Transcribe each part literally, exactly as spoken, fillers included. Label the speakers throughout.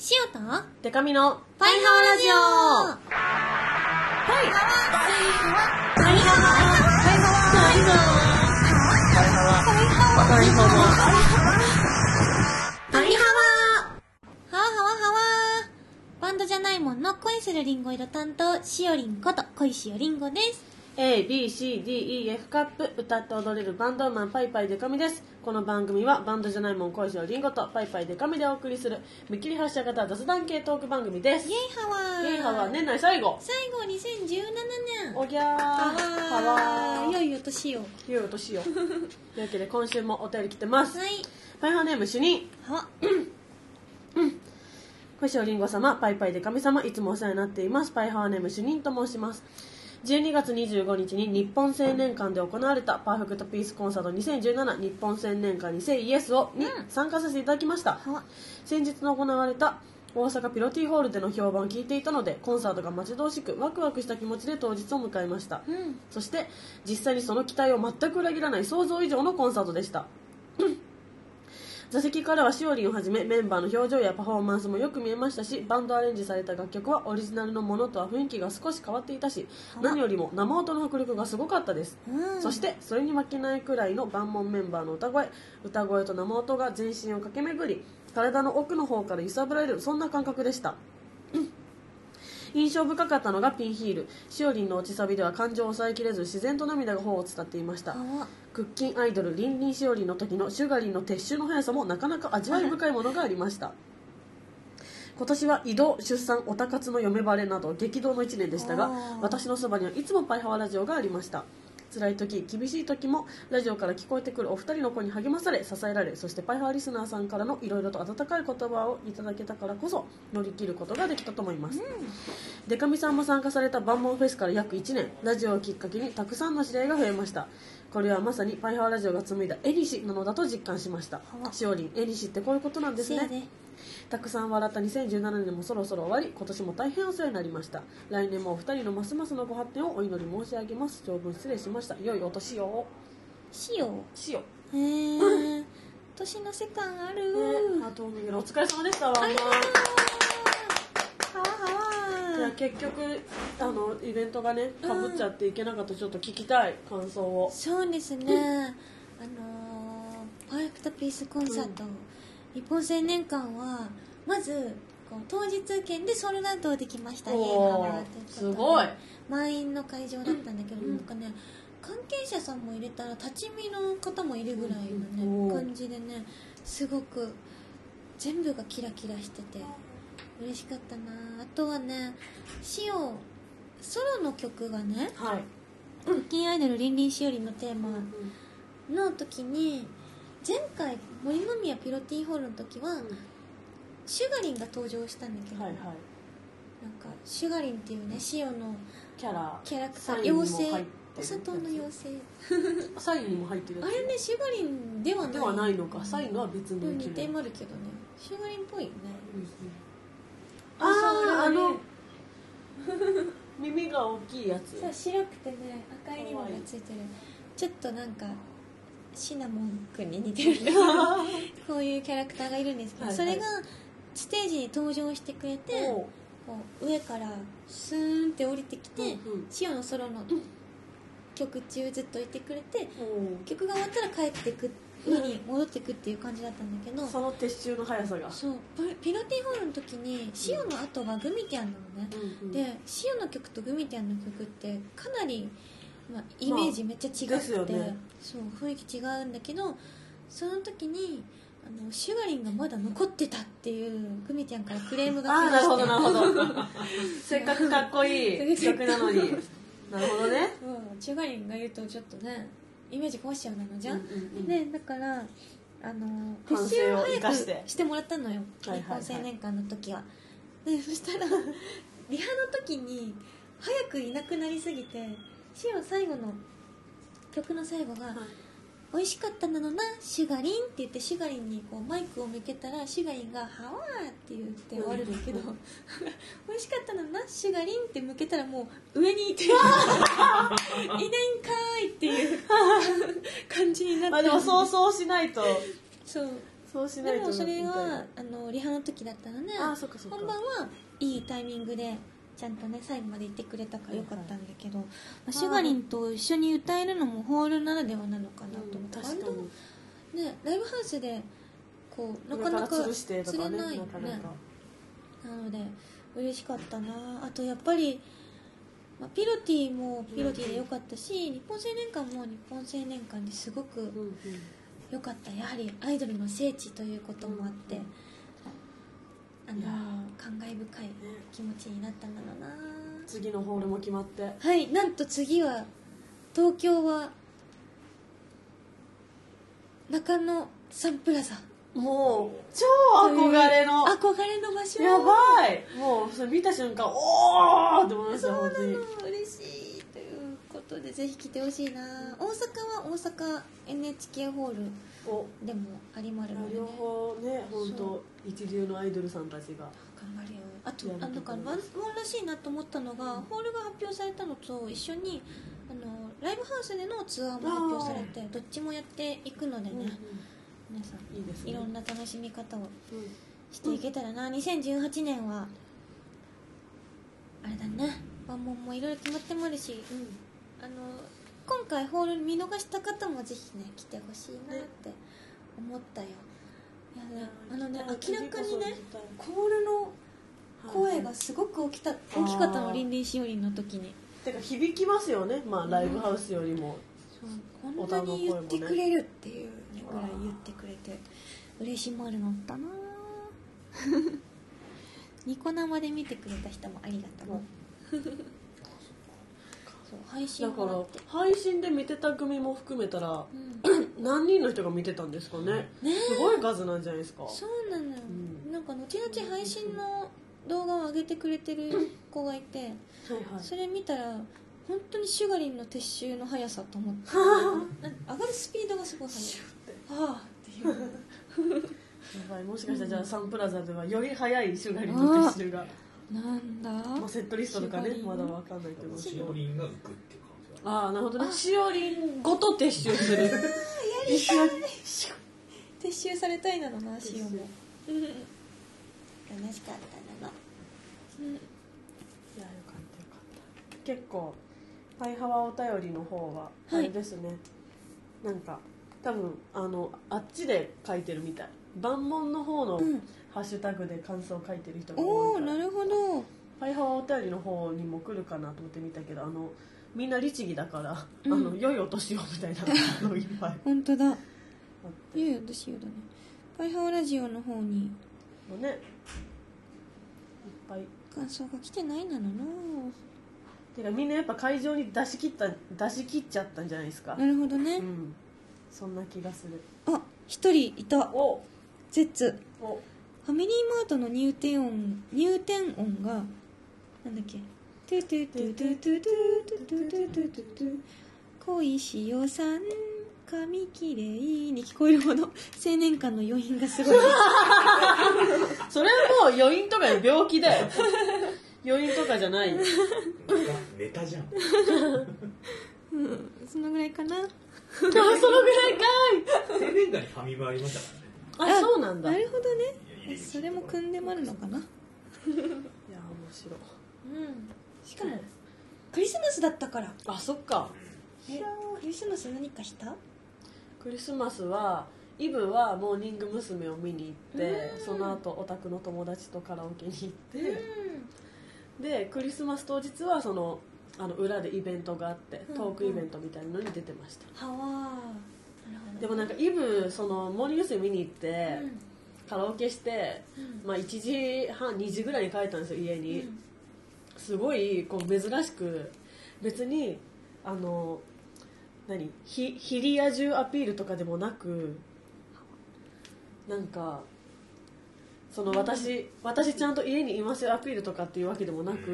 Speaker 1: 塩と
Speaker 2: デカミの
Speaker 1: パイハワラジオ。
Speaker 2: はい
Speaker 1: パイハワパイハワパイハワ
Speaker 2: パイハワ
Speaker 1: パイハワ
Speaker 2: パイハワ
Speaker 1: パイハワハワハワハワ。バンドじゃないもんの恋するリンゴ色担当、しおりんこと恋しおりんごです。
Speaker 2: エー、ビー、シー、ディー、イー、エフ カップ歌って踊れるバンドマンパイパイデカミです。この番組はバンドじゃないもん恋しおりんごとパイパイデカミでお送りする見切り発車型雑談系トーク番組です。
Speaker 1: イェイハワー。
Speaker 2: イェイハワー年内最後。
Speaker 1: 最後にせんじゅうななねん。
Speaker 2: おぎゃーハワー。
Speaker 1: 良いお年を。
Speaker 2: 良いお年を。というわけで今週もお便り来てます。
Speaker 1: はい。
Speaker 2: パイハーネーム主任。
Speaker 1: は。
Speaker 2: 小石おりんご様、パイパイデカミ様、いつもお世話になっています。パイハーネーム主任と申します。じゅうにがつにじゅうごにちに日本青年館で行われたパーフェクトピースコンサートにせんじゅうなな日本青年館にせいイエスをに参加させていただきました。先日の行われた大阪ピロティホールでの評判を聞いていたので、コンサートが待ち遠しくワクワクした気持ちで当日を迎えました、
Speaker 1: うん、
Speaker 2: そして実際にその期待を全く裏切らない想像以上のコンサートでした。座席からはしおりんをはじめメンバーの表情やパフォーマンスもよく見えましたし、バンドアレンジされた楽曲はオリジナルのものとは雰囲気が少し変わっていたし、何よりも生音の迫力がすごかったです、うん、そしてそれに負けないくらいの万門メンバーの歌声歌声と生音が全身を駆け巡り、体の奥の方から揺さぶられる、そんな感覚でした。印象深かったのがピンヒール。しおりんの落ちサビでは感情を抑えきれず自然と涙が頬を伝っていました。クッキンアイドルリンリンしおりんの時のシュガリンの撤収の速さもなかなか味わい深いものがありました。今年は移動、出産、オタ活の嫁バレなど激動のいちねんでしたが、私のそばにはいつもパイハワラジオがありました。辛い時、厳しい時もラジオから聞こえてくるお二人の声に励まされ支えられ、そしてパイハワリスナーさんからのいろいろと温かい言葉をいただけたからこそ乗り切ることができたと思います、うん、デカミさんも参加された万門フェスから約いちねん、ラジオをきっかけにたくさんの知り合いが増えました。これはまさにパイハワラジオが紡いだエニシなのだと実感しました。しおりん、エニシってこういうことなんですね。たくさん笑ったにせんじゅうななねんもそろそろ終わり、今年も大変お世話になりました。来年もお二人のますますのご発展をお祈り申し上げます。長文失礼しました。良いお年を。
Speaker 1: しお
Speaker 2: しお
Speaker 1: へー年の瀬感ある、
Speaker 2: ね、あとお疲れ様でしたわ。
Speaker 1: ありがとう。はわはわ。
Speaker 2: いや結局あのイベントがねかぶっちゃっていけなかった。ちょっと聞きたい感想を。
Speaker 1: そうですね、うん、あのー、パーフェクトピースコンサート、うん、日本青年館はまずこう当日券でソールドアウトできました。
Speaker 2: すごい
Speaker 1: 満員の会場だったんだけど、うん、なんかね関係者さんも入れたら立ち見の方もいるぐらいのね感じでね、すごく全部がキラキラしてて嬉しかったな。あとはねしおソロの曲がね、
Speaker 2: はい、
Speaker 1: クッキンアイドルリンリンしおりのテーマの時に、前回森の宮ピロティホールの時は、うん、シュガリンが登場したんだけど、はいはい、なんかシュガリンっていうねシオの
Speaker 2: キャラ
Speaker 1: キャラクター妖精、お砂糖の妖精
Speaker 2: サインにも入ってるやつ。
Speaker 1: あれねシュガリンではない
Speaker 2: ではないのか。サインのは別の
Speaker 1: 似てもあるけどね、シュガリンっぽいよね、
Speaker 2: うん、あああの耳が大きいやつ。
Speaker 1: そう白くてね赤いリボンがついてる、ちょっとなんかシナモンくんに似てるこういうキャラクターがいるんですけど、はいはい、それがステージに登場してくれて、こう上からスーンって降りてきて、うんうん、シオのソロの曲中ずっといてくれて、うん、曲が終わったら帰ってく家に戻ってくっていう感じだったんだけど、
Speaker 2: その撤収の速さが
Speaker 1: そうピロティホールの時にシオの後がグミティアンなのね、うんうん、でシオの曲とグミティアンの曲ってかなりまあ、イメージめっちゃ違って、まあね、そう雰囲気違うんだけど、その時にあのシュガリンがまだ残ってたっていうグミティアンからクレームが来まして。
Speaker 2: あーなるほどなるほどせっかくかっこいい曲なのになるほどね、
Speaker 1: うん、シュガリンが言うとちょっとねイメージ壊しちゃうなのじゃん、うんうんうん、でだからあの撤収を早くしてもらったのよ、日本青年館の時は。でそしたらリハの時に早くいなくなりすぎて、シオ最後の曲の最後が、はい、美味しかったなのなシュガリンって言ってシュガリンにこうマイクを向けたらシュガリンがハワーって言って終わるんだけど、うん、美味しかったなのなシュガリンって向けたらもう上にいていないんかーいっていう感じになって、
Speaker 2: まあでもそうそうしないと
Speaker 1: そう
Speaker 2: そうしないと。
Speaker 1: でもそれはあのリハの時だったのね。
Speaker 2: あそっかそっか。
Speaker 1: 本番はいいタイミングでちゃんとね最後まで言ってくれたからよかったんだけど、はいはい、シュガリンと一緒に歌えるのもホールならではなのかなと思って、うん、確かにね、ライブハウスでこうなかなか釣れないよね。なので嬉しかったな。あとやっぱり、まあ、ピロティもピロティでよかったし、うん、日本青年館も日本青年館ですごくよかった。やはりアイドルの聖地ということもあって、うん、あの感慨深い気持ちになったんだろうな。
Speaker 2: 次のホールも決まって、
Speaker 1: はい、なんと次は東京は中野サンプラザ。
Speaker 2: もう超憧れの
Speaker 1: 憧れの場所。
Speaker 2: やばい。もうそれ見た瞬間おーって思いました。本当に
Speaker 1: 嬉しいということでぜひ来てほしいな。大阪は大阪 エヌエイチケー ホールでもありまるので、ね、
Speaker 2: 両方ね、本当一流のアイドルさんたちが
Speaker 1: 頑張れよ。あとあのだからワンらしいなと思ったのが、うん、ホールが発表されたのと一緒にあのライブハウスでのツアーも発表されて、どっちもやっていくのでね、うんうん、皆さん
Speaker 2: いいですね、
Speaker 1: いろんな楽しみ方をしていけたらな、うん、にせんじゅうはちねんはあれだね、ワンモンもいろいろ決まってもあるし、うん、あの今回ホール見逃した方もぜひね来てほしいなって思ったよ。いやね、あのね明らかにねコールの声がすごく大きた大きかったの、リンリンしおりんの時に。
Speaker 2: てか響きますよね、まあ、ライブハウスよりも、
Speaker 1: うん、そうこんなに言ってくれるっていうぐらい言ってくれて嬉しまるのったなニコ生で見てくれた人もありがとうそう配信
Speaker 2: だから配信で見てた組も含めたら、うん、何人の人が見てたんですか ね, ねすごい数なんじゃないですか。
Speaker 1: そうなのよ、うん、なんか後々配信の動画を上げてくれてる子がいて、はいはい、それ見たら本当にシュガリンの撤収の速さと思って上がるスピードがすごい速い。はあっていうや
Speaker 2: ばい、もしかしたらじゃあサンプラザではより速いシュガリンの撤収が
Speaker 1: なんだ、
Speaker 2: まあ、セットリストとかねまだ分かんないけど、
Speaker 3: シオリンが浮くっていう感じ
Speaker 2: は、ああなるほどね、シオリンごと撤収するやりたい
Speaker 1: 撤収されたいなのな、シオも楽しかったなの、うん、いやよか
Speaker 2: ったよかった。結構パイハワお便りの方はあれですね、はい、なんか多分あのあっちで書いてるみたい、万門の方のハッシュタグで感想を書いてる人が多いから、
Speaker 1: おーなるほど。
Speaker 2: パイハワお便りの方にも来るかなと思って見たけど、あのみんな律儀だから、うん、あの良いお年をみたいなのいっぱい
Speaker 1: 本当だ、良いお年をだね。パイハワラジオの方に
Speaker 2: もねいっぱい
Speaker 1: 感想が来てないなのな。
Speaker 2: てかみんなやっぱ会場に出し切った出し切っちゃったんじゃないですか。
Speaker 1: なるほどね、
Speaker 2: うん、そんな気がする。
Speaker 1: あ、一人いた。
Speaker 2: お
Speaker 1: ゼッツ。
Speaker 2: お
Speaker 1: ファミリーマートの入店音入店音がなんだっけ、トゥトゥトゥトゥトゥトゥトゥトゥトゥトゥトゥ恋しおさん髪きれいに聞こえるほど青年間の余韻がすごい
Speaker 2: それはもう余韻とか病気だよ余韻とかじゃないよ
Speaker 3: ネタじゃん、
Speaker 1: うん、そのぐらいかな
Speaker 2: そのぐらいか
Speaker 3: い青年間にファミマありましたからね。
Speaker 2: あ、そうなんだ。
Speaker 1: なるほどね。それも組んでもあるのかな。いや
Speaker 2: 面白い。
Speaker 1: うん。しかもクリスマスだったから。
Speaker 2: あ、そっか。
Speaker 1: え、クリスマス何かした？
Speaker 2: クリスマスはイブはモーニング娘。を見に行って、その後お宅の友達とカラオケに行って、でクリスマス当日はそのあの裏でイベントがあってトークイベントみたいなのに出てました。
Speaker 1: はわ
Speaker 2: ー。でもなんかイブそのモーニング娘。見に行って、うん、カラオケして、うん、まあ、いちじはんにじぐらいに帰ったんですよ家に、うん、すごいこう珍しく別にあの何ヒヒリア充アピールとかでもなく、なんかその私私ちゃんと家にいますよアピールとかっていうわけでもなく、うん、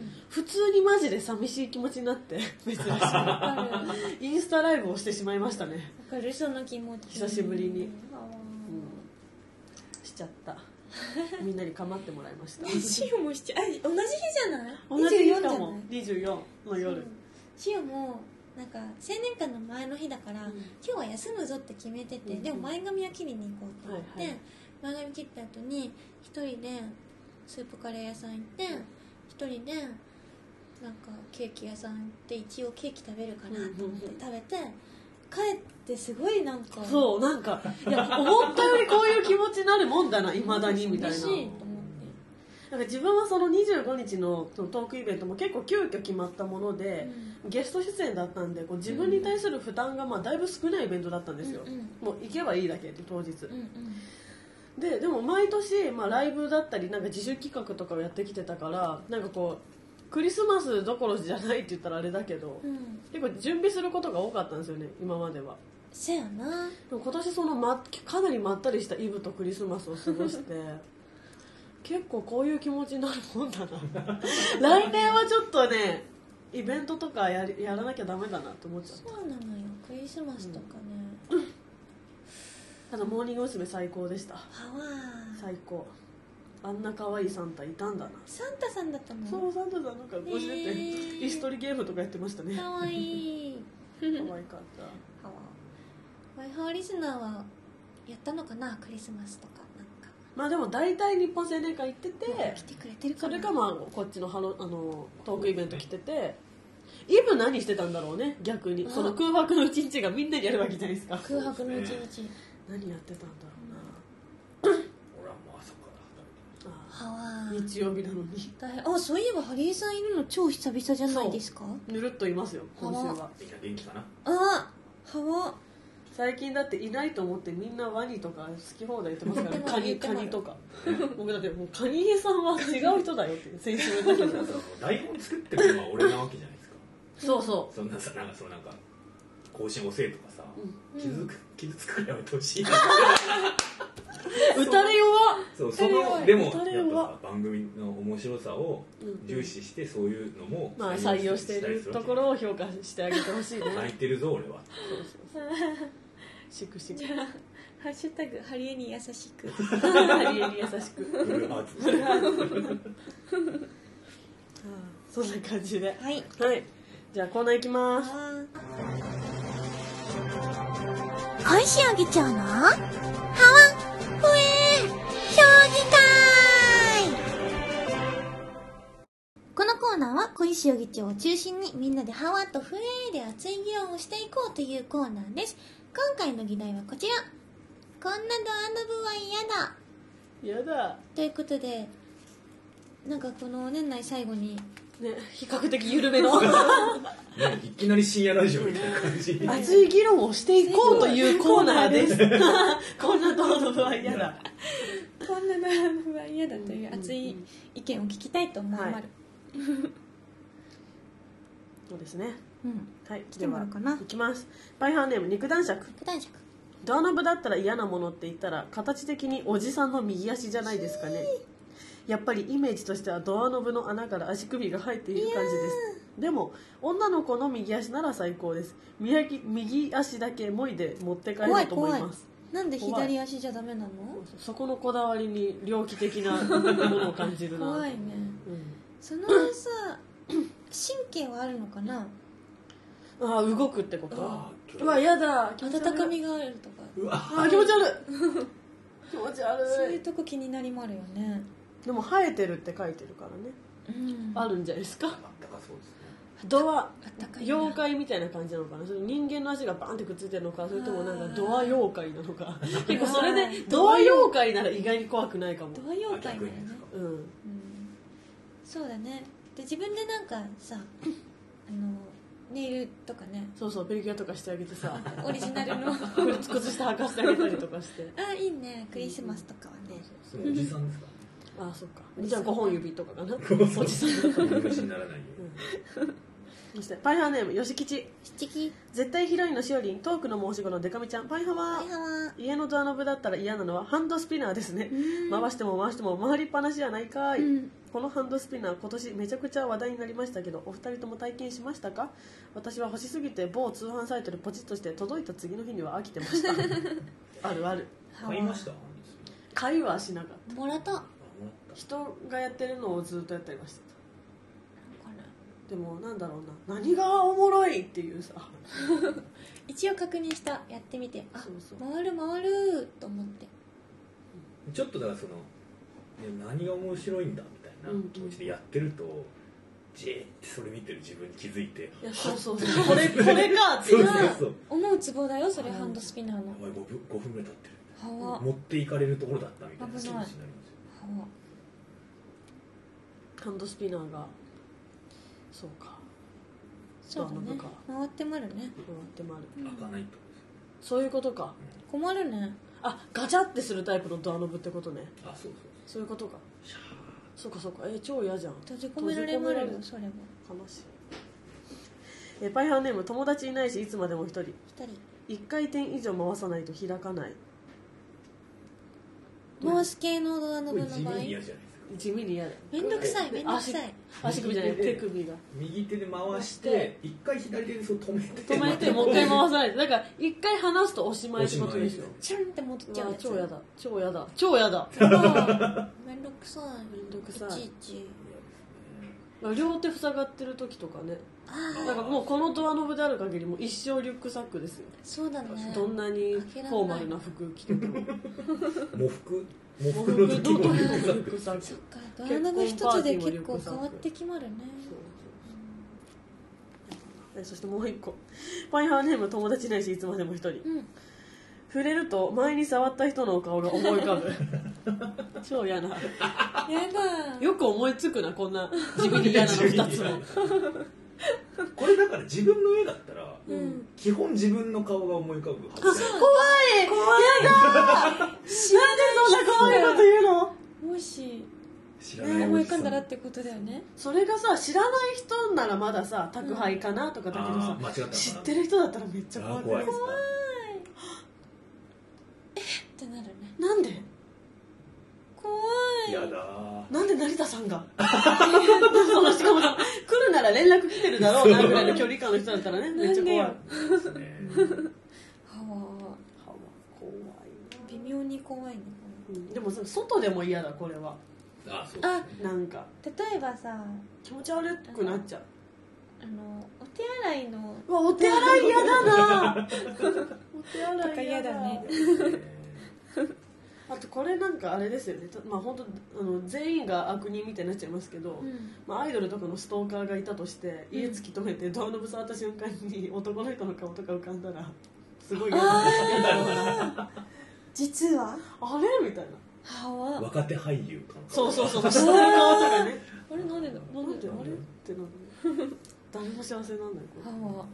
Speaker 2: 普通にマジで寂しい気持ちになって珍しいインスタライブをしてしまいましたね。
Speaker 1: わかるその気持ち。
Speaker 2: 久しぶりに、うん、しちゃったみんなに構ってもらいました
Speaker 1: シオもしちゃあ同じ日じゃない？
Speaker 2: 同じ日かもにじゅうよんの夜。
Speaker 1: シオもなんか青年館の前の日だから、うん、今日は休むぞって決めてて、うん、でも前髪は切りに行こうと思って、はいはい、前髪切った後に一人でスープカレー屋さん行って一人でなんかケーキ屋さん行って一応ケーキ食べるかなと思って食べて、帰ってすごいなんか
Speaker 2: そうなんかいや思ったよりこういう気持ちになるもんだないまだにみたいな。嬉しいと思って。なんか自分はそのにじゅうごにちのトークイベントも結構急遽決まったもので、うん、ゲスト出演だったんでこう自分に対する負担がまあだいぶ少ないイベントだったんですよ、うんうん、もう行けばいいだけって当日、うんうん、で, でも毎年、まあ、ライブだったりなんか自主企画とかをやってきてたからなんかこうクリスマスどころじゃないって言ったらあれだけど、うん、結構準備することが多かったんですよね今までは。
Speaker 1: そやな。
Speaker 2: でも今年その、ま、かなりまったりしたイブとクリスマスを過ごして結構こういう気持ちになるもんだな来年はちょっとねイベントとか や, やらなきゃダメだなと思っちゃった。
Speaker 1: そうなのよクリスマスとかね、
Speaker 2: うん、ただモーニング娘。最高でした。
Speaker 1: はわ
Speaker 2: 最高。あんな可愛いサンタいたんだな。
Speaker 1: サンタさんだったの。
Speaker 2: そうサンタさんなんかごしてて、えー、椅子取りゲームとかやってましたね。
Speaker 1: かわいい
Speaker 2: 可愛かった。はわ
Speaker 1: ワイハーリスナーはやったのかなクリスマスとか。
Speaker 2: まあでも大体日本青年会行ってて、
Speaker 1: 来てくれてるかな。
Speaker 2: それかまあこっちのハロあのトークイベント来てて、イブ何してたんだろうね逆に。その空白の一日がみんなにやるわけじゃないですか。
Speaker 1: 空白の一日
Speaker 2: 何やってたんだ
Speaker 3: ろうな。俺はもう朝から
Speaker 2: 働いて。日曜日なのに。
Speaker 1: 大変。あ、そういえばハリーさんいるの超久々じゃないですか。
Speaker 2: ぬるっといますよ今週は。
Speaker 3: みんな元気かな。
Speaker 1: あ、はわ。
Speaker 2: 最近だっていないと思ってみんなワニとか好き放題言ってますからねカニカニとか僕だってもうカニエさんは違う人だよって先週だけど
Speaker 3: 台本作ってるのは俺なわけじゃないですか。
Speaker 2: そうそう
Speaker 3: そんなさなんかそうなんか更新遅いとかさ、うん、傷つく傷つくからやめてほしい
Speaker 2: 打たれ弱
Speaker 3: そうそのでもやっぱさ番組の面白さを重視してそういうのも
Speaker 2: まあ採用しているところを評価してあげてほしいね。
Speaker 3: 泣いてるぞ俺は。
Speaker 2: そうそうそうシクシク。
Speaker 1: じゃあハッシュタグハリエに優しく
Speaker 2: ハリエに優しく
Speaker 3: ブルーハーツ
Speaker 2: そんな感じで、
Speaker 1: はい、
Speaker 2: はい、じゃあコーナーいきます。
Speaker 1: 今週あげちゃうのハワフエ評議会。このコーナーは小石尾議長を中心にみんなでハワとフエで熱い議論をしていこうというコーナーです。今回の議題はこちら。こんなドアノブは嫌だ。
Speaker 2: 嫌だ。
Speaker 1: ということで、なんかこの年内最後に、
Speaker 2: ね、比較的緩めの
Speaker 3: いきなり深夜ラジオみたいな感じ。
Speaker 2: 熱い議論をしていこうというコーナーです。こんなドアノブは嫌だ。
Speaker 1: こんなドアノブは嫌だという熱い意見を聞きたいと思います。はい
Speaker 2: そうですね。
Speaker 1: うん、
Speaker 2: はい、
Speaker 1: 来てもらうかな。
Speaker 2: いきます。パイハーネーム肉男爵。
Speaker 1: 肉男爵。
Speaker 2: ドアノブだったら嫌なものって言ったら形的におじさんの右足じゃないですかね。やっぱりイメージとしてはドアノブの穴から足首が入っている感じです。でも女の子の右足なら最高です。右, 右足だけもいで持って帰ると思います。
Speaker 1: なんで左足じゃダメなの？
Speaker 2: そこのこだわりに猟奇的なものを感じるな。
Speaker 1: 怖いね、うん、そのさ神経はあるのかな。
Speaker 2: ああ動くってこと。うわやだ。
Speaker 1: 温かみがあるとか。
Speaker 3: うわ
Speaker 2: あ気持ち悪い気持ち悪い。
Speaker 1: そういうとこ気になりもあるよね。
Speaker 2: でも生えてるって書いてるからね、うん、あるんじゃないですか。
Speaker 3: あったかそうですね。
Speaker 2: ドア妖怪みたいな感じなのかな。それ人間の足がバーンってくっついてるのか、それともなんかドア妖怪なのか結構それでドア妖怪なら意外に怖くないかも。
Speaker 1: ドア妖怪だよね、
Speaker 2: うん、うん、
Speaker 1: そうだね。で自分でなんかさあのネイルとかね、
Speaker 2: そうそうペディキュアとかしてあげてさ
Speaker 1: オリジナルの
Speaker 2: 靴下履かせてあげたりとかして
Speaker 1: あいいね。クリスマスとかはね、
Speaker 3: それおじさんですか。
Speaker 2: ああそっか。じゃあごほん指とかかな
Speaker 3: おじさんだったら虫にならないよ、
Speaker 2: そしてパイハーネームよしきち。
Speaker 1: 七吉。
Speaker 2: 絶対ヒロインのしおりん、トークの申し子のデカミちゃん。パイハワー。
Speaker 1: パイハワー。
Speaker 2: 家のドアノブだったら嫌なのはハンドスピナーですね。回しても回しても回りっぱなしじゃないかい、うん、このハンドスピナー今年めちゃくちゃ話題になりましたけどお二人とも体験しましたか。私は欲しすぎて某通販サイトでポチッとして届いた次の日には飽きてましたあるある。
Speaker 3: 買いました。
Speaker 2: 買いはしなかった。
Speaker 1: もらった。
Speaker 2: 人がやってるのをずっとやったりました。 でもなんだろうな、何がおもろいっていうさ
Speaker 1: 一応確認した、やってみて、あ、
Speaker 2: そうそう
Speaker 1: 回る回ると思って、
Speaker 3: ちょっとだからその何が面白いんだみたいな気持ちでやってると、うんうん、じーってそれ見てる自分に気づいて、
Speaker 2: いやそうそうそうこれこれかっていう
Speaker 3: そうそうそう
Speaker 1: 思うツボだよそれ、ハンドスピナーの。
Speaker 3: ごふんぐらい経ってる、
Speaker 1: は
Speaker 3: 持っていかれるところだったみたいな気持ちになりますよ。
Speaker 2: ハンドスピナーがそうか、
Speaker 1: そうだね、回ってまるね、回
Speaker 2: ってまる、
Speaker 3: 開かないと、
Speaker 2: そういうことか、
Speaker 1: うん、困るね。
Speaker 2: あ、ガチャってするタイプのドアノブってことね。
Speaker 3: あ、そうそう
Speaker 2: そういうことか。そうかそうか、え超嫌じゃん。
Speaker 1: 閉じ込められまるよそれも。
Speaker 2: 悲しい。えパイハーネーム、友達いないしいつまでも一人。一
Speaker 1: 人。
Speaker 2: 一回転以上回さないと開かない。
Speaker 1: 回す系のドアノブの場合。
Speaker 3: 地味に嫌じゃないですか。
Speaker 2: 地味に嫌だ。
Speaker 1: めんどくさいめんどくさい。
Speaker 2: 足首じゃない、手首が。
Speaker 3: 右手で回して一回左手でそう止めて
Speaker 2: 止めてもう一回回さないと、だから一回離すとおしまいってことでしょ。
Speaker 1: チャンって戻っちゃうやつ。
Speaker 2: 超嫌だ超嫌だ超嫌だ。
Speaker 1: めんどくさいめん
Speaker 2: どくさい。
Speaker 1: いちいち
Speaker 2: 両手塞がってる時とかね。なんかもうこのドアノブである限りもう一生リュックサックですよ。
Speaker 1: そうだね。
Speaker 2: どんなにフォーマルな服着てても。
Speaker 3: 喪服喪
Speaker 2: 服の時もリ
Speaker 1: ュックサック。そっか、ドアノブ一つで結構変わってきまるね。
Speaker 2: そしてもう一個、パイハーネーム、友達ないしいつまでも一人、うん、触れると前に触った人のお顔が思い浮かぶ超嫌な。や
Speaker 1: だ、
Speaker 2: よく思いつくな、こんな地味に嫌なのふたつも
Speaker 3: これだから自分の絵だったら、
Speaker 1: うん、
Speaker 3: 基本自分の顔が思い浮かぶはず。
Speaker 2: 怖い怖いやだなんでそんな怖いこと言うの。
Speaker 1: もし
Speaker 3: 知らない
Speaker 1: 思い浮かんだらってことだよね。
Speaker 2: それがさ、知らない人ならまださ、宅配かなとかだけどさ、
Speaker 3: うん、
Speaker 2: 知ってる人だったらめっちゃ怖い。怖い
Speaker 1: えってなるね。
Speaker 2: なんで
Speaker 1: 怖い。
Speaker 3: やだ
Speaker 2: なんで成田さんがそのしかもさ、来るなら連絡来てるだろうなぐらいの距離感の人だったらね、めっちゃ怖い。はわ怖いな。
Speaker 1: 微妙に怖いね、
Speaker 2: うん、でも外でも嫌だこれは。
Speaker 3: あ、そう
Speaker 1: あ、
Speaker 2: なんか
Speaker 1: 例えばさ、
Speaker 2: 気持ち悪くなっちゃう。
Speaker 1: あのお手洗いの、
Speaker 2: うわお手洗い嫌だなお手洗い
Speaker 1: 嫌だね
Speaker 2: あとこれなんかあれですよね、まあ本当あの全員が悪人みたいになっちゃいますけど、うん、まあ、アイドルとかのストーカーがいたとして家突き止めてドアノブ触った瞬間に男の人の顔とか浮かんだらすごい嫌だ
Speaker 1: 実は
Speaker 2: あれみたいな。
Speaker 3: 若手俳優か
Speaker 2: そうそうそう、知ってる顔とかね
Speaker 1: あれなんでだ
Speaker 2: なんであれってなる誰も幸せになんないこれ。は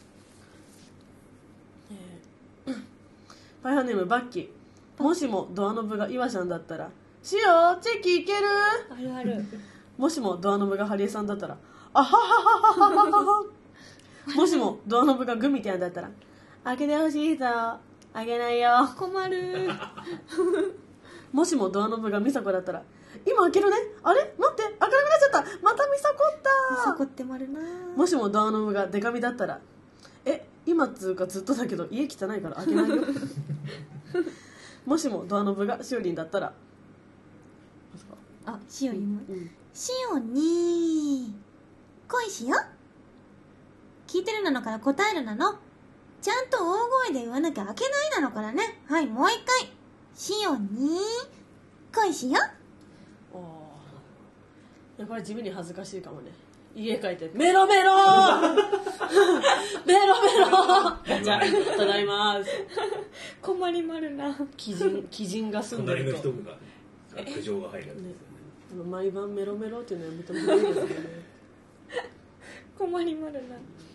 Speaker 2: えー、パイハーネームバッキー、もしもドアノブがイワちゃんだったらしおチェキいける。
Speaker 1: あるある。
Speaker 2: もしもドアノブがハリエさんだったらあははははははもしもドアノブがグミちゃんだったら開けてほしいぞ、あげないよ、
Speaker 1: 困る
Speaker 2: もしもドアノブがミサコだったら今開けるね、あれ待って開かなくなっちゃった、またミサコった
Speaker 1: ミサコってまるな。
Speaker 2: もしもドアノブがデカミだったらえ今っつうかずっとだけど家汚いから開けないよもしもドアノブがしおりんだったら
Speaker 1: あ、しおりんも、
Speaker 2: うん、
Speaker 1: しおに恋しよ、聞いてるなのから答えるなの、ちゃんと大声で言わなきゃ開けないなのからね。はい、もう一回、しおに恋しよ。
Speaker 2: おー、いやこれ地味に恥ずかしいかもね。家帰ってメロメローメロメロじゃあただいまーす
Speaker 1: 困りまるな。
Speaker 2: 鬼人鬼人が住んでると
Speaker 3: 隣の人が苦情が入るんですよね。
Speaker 2: ね、毎晩メロメロっていうのはやめてもらいいですよね
Speaker 1: 困りまる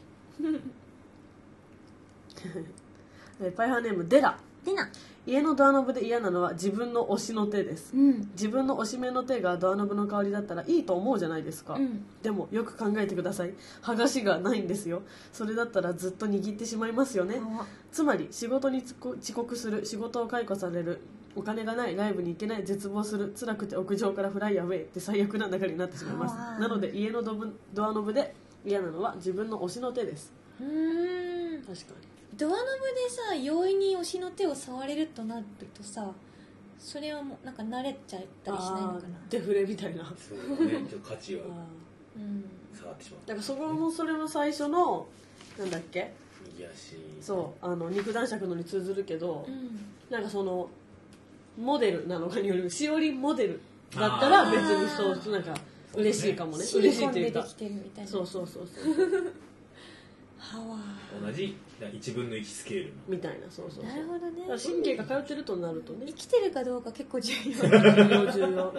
Speaker 2: なパイハーネームデラ。
Speaker 1: デラ。
Speaker 2: 家のドアノブで嫌なのは自分の推しの手です、うん、自分の推し目の手がドアノブの代わりだったらいいと思うじゃないですか、うん、でもよく考えてください、剥がしがないんですよ。それだったらずっと握ってしまいますよね。つまり仕事に遅刻する、仕事を解雇される、お金がない、ライブに行けない、絶望する、辛くて屋上からフライヤーウェイって最悪な流れになってしまいます。なので家のドブドアノブで嫌なのは自分の推しの手です。
Speaker 1: うーん、
Speaker 2: 確かに
Speaker 1: ドアノブでさ、容易に推しの手を触れるとなるとさ、それはもうなんか慣れちゃったりしないのかな。
Speaker 2: デフレみたいな。
Speaker 3: そうね、ちょっと価値は触ってしまう。
Speaker 2: だからそこもそれも最初のなんだっけ、
Speaker 3: 右足、
Speaker 2: そうあの肉弾尺のに通ずるけど、
Speaker 1: うん、
Speaker 2: なんかそのモデルなのかによるしおりモデルだったら別にそうなんか嬉しいかもね。
Speaker 1: シリコンでできてるみたいな。
Speaker 2: そうそうそうそう
Speaker 1: はわ
Speaker 3: 同じいちぶんのいちスケール
Speaker 2: みたいな。そうそうそう。
Speaker 1: なるほどね。
Speaker 2: だから神経が通ってるとなるとね、
Speaker 1: 生きてるかどうか結構重要
Speaker 2: 重要重要
Speaker 1: 重要だな。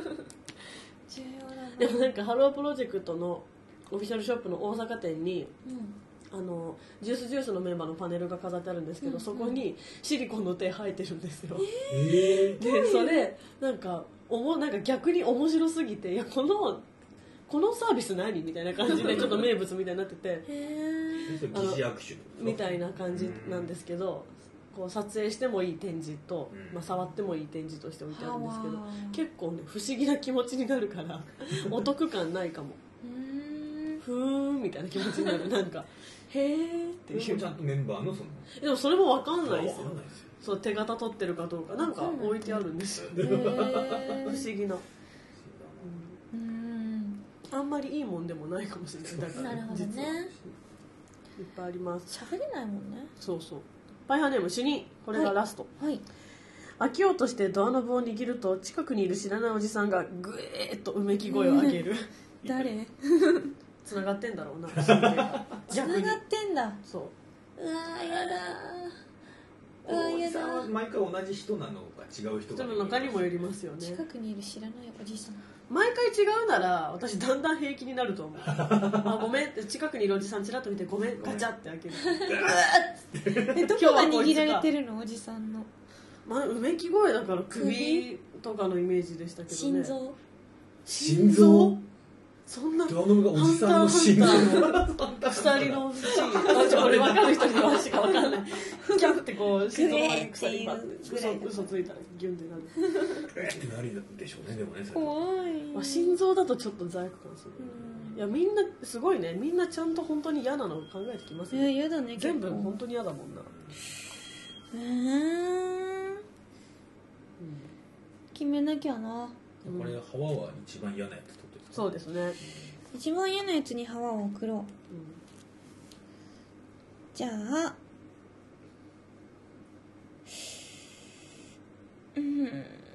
Speaker 2: でもなんかハロープロジェクトのオフィシャルショップの大阪店に、
Speaker 1: うん、
Speaker 2: あのジュースジュースのメンバーのパネルが飾ってあるんですけど、うんうん、そこにシリコンの手生えてるんですよ。
Speaker 3: えー、
Speaker 2: でそれなんかおもなんか逆に面白すぎて、いやこのこのサービス何みたいな感じでちょっと名物みたいになってて
Speaker 3: 疑似握手
Speaker 2: みたいな感じなんですけど、こう撮影してもいい展示と、まあ、触ってもいい展示として置いてあるんですけど、結構ね不思議な気持ちになるからお得感ないかも。ふーんみたいな気持ちになる。なんかへーっていう。
Speaker 3: ちゃんとメンバーのその
Speaker 2: でもそれも分かんないですよ。
Speaker 3: 分かんないですよ。
Speaker 2: そう手形取ってるかどうかなんか置いてあるんですよ。不思議な。うん、あんまりいいもんでもないかもしれない。だから
Speaker 1: なるほどね。
Speaker 2: いっぱいあります。
Speaker 1: 喋れないもんね。
Speaker 2: そうそう。パイハーネーム主任、これがラスト。
Speaker 1: はい。はい、
Speaker 2: 開けようとしてドアノブを握ると近くにいる知らないおじさんがグエーッとうめき声を上げる。
Speaker 1: 誰？
Speaker 2: つながってんだろうな。
Speaker 1: つながってんだ。
Speaker 2: そう。
Speaker 1: うわーやだー。うわーやだー。
Speaker 3: 毎回同じ人なのか違う人
Speaker 2: 人の中にもよりますよね。
Speaker 1: 近くにいる知らないおじさん。
Speaker 2: 毎回違うなら私だんだん平気になると思う。あごめんって近くにいるおじさんちらっと見てごめんガチャって開ける。
Speaker 1: えどこが握られてるのおじさんの。
Speaker 2: まあうめき声だから首とかのイメージでしたけどね。
Speaker 1: 心臓。
Speaker 2: 心臓？そんな
Speaker 3: ドアノブがおじさんの心臓
Speaker 2: 鎖のシーン。あ、ちょこれ分かる人にはしか分かんない。キャンってこう心臓の鎖が嘘ついたらギュンってなる。
Speaker 3: ってなるでしょうね。でもね。
Speaker 1: 怖い。
Speaker 2: まあ心臓だとちょっと罪悪感する。いやみんなすごいね。みんなちゃんと本当に嫌なのを考えてきますね。
Speaker 1: え嫌だね。
Speaker 2: 全部本当に嫌だもんな。
Speaker 1: うーん。決めなきゃな。
Speaker 3: これハワは一番嫌なやつとって。
Speaker 2: そうですね。
Speaker 1: 一番嫌なやつにハワを送ろう。うん、じゃあ、うん、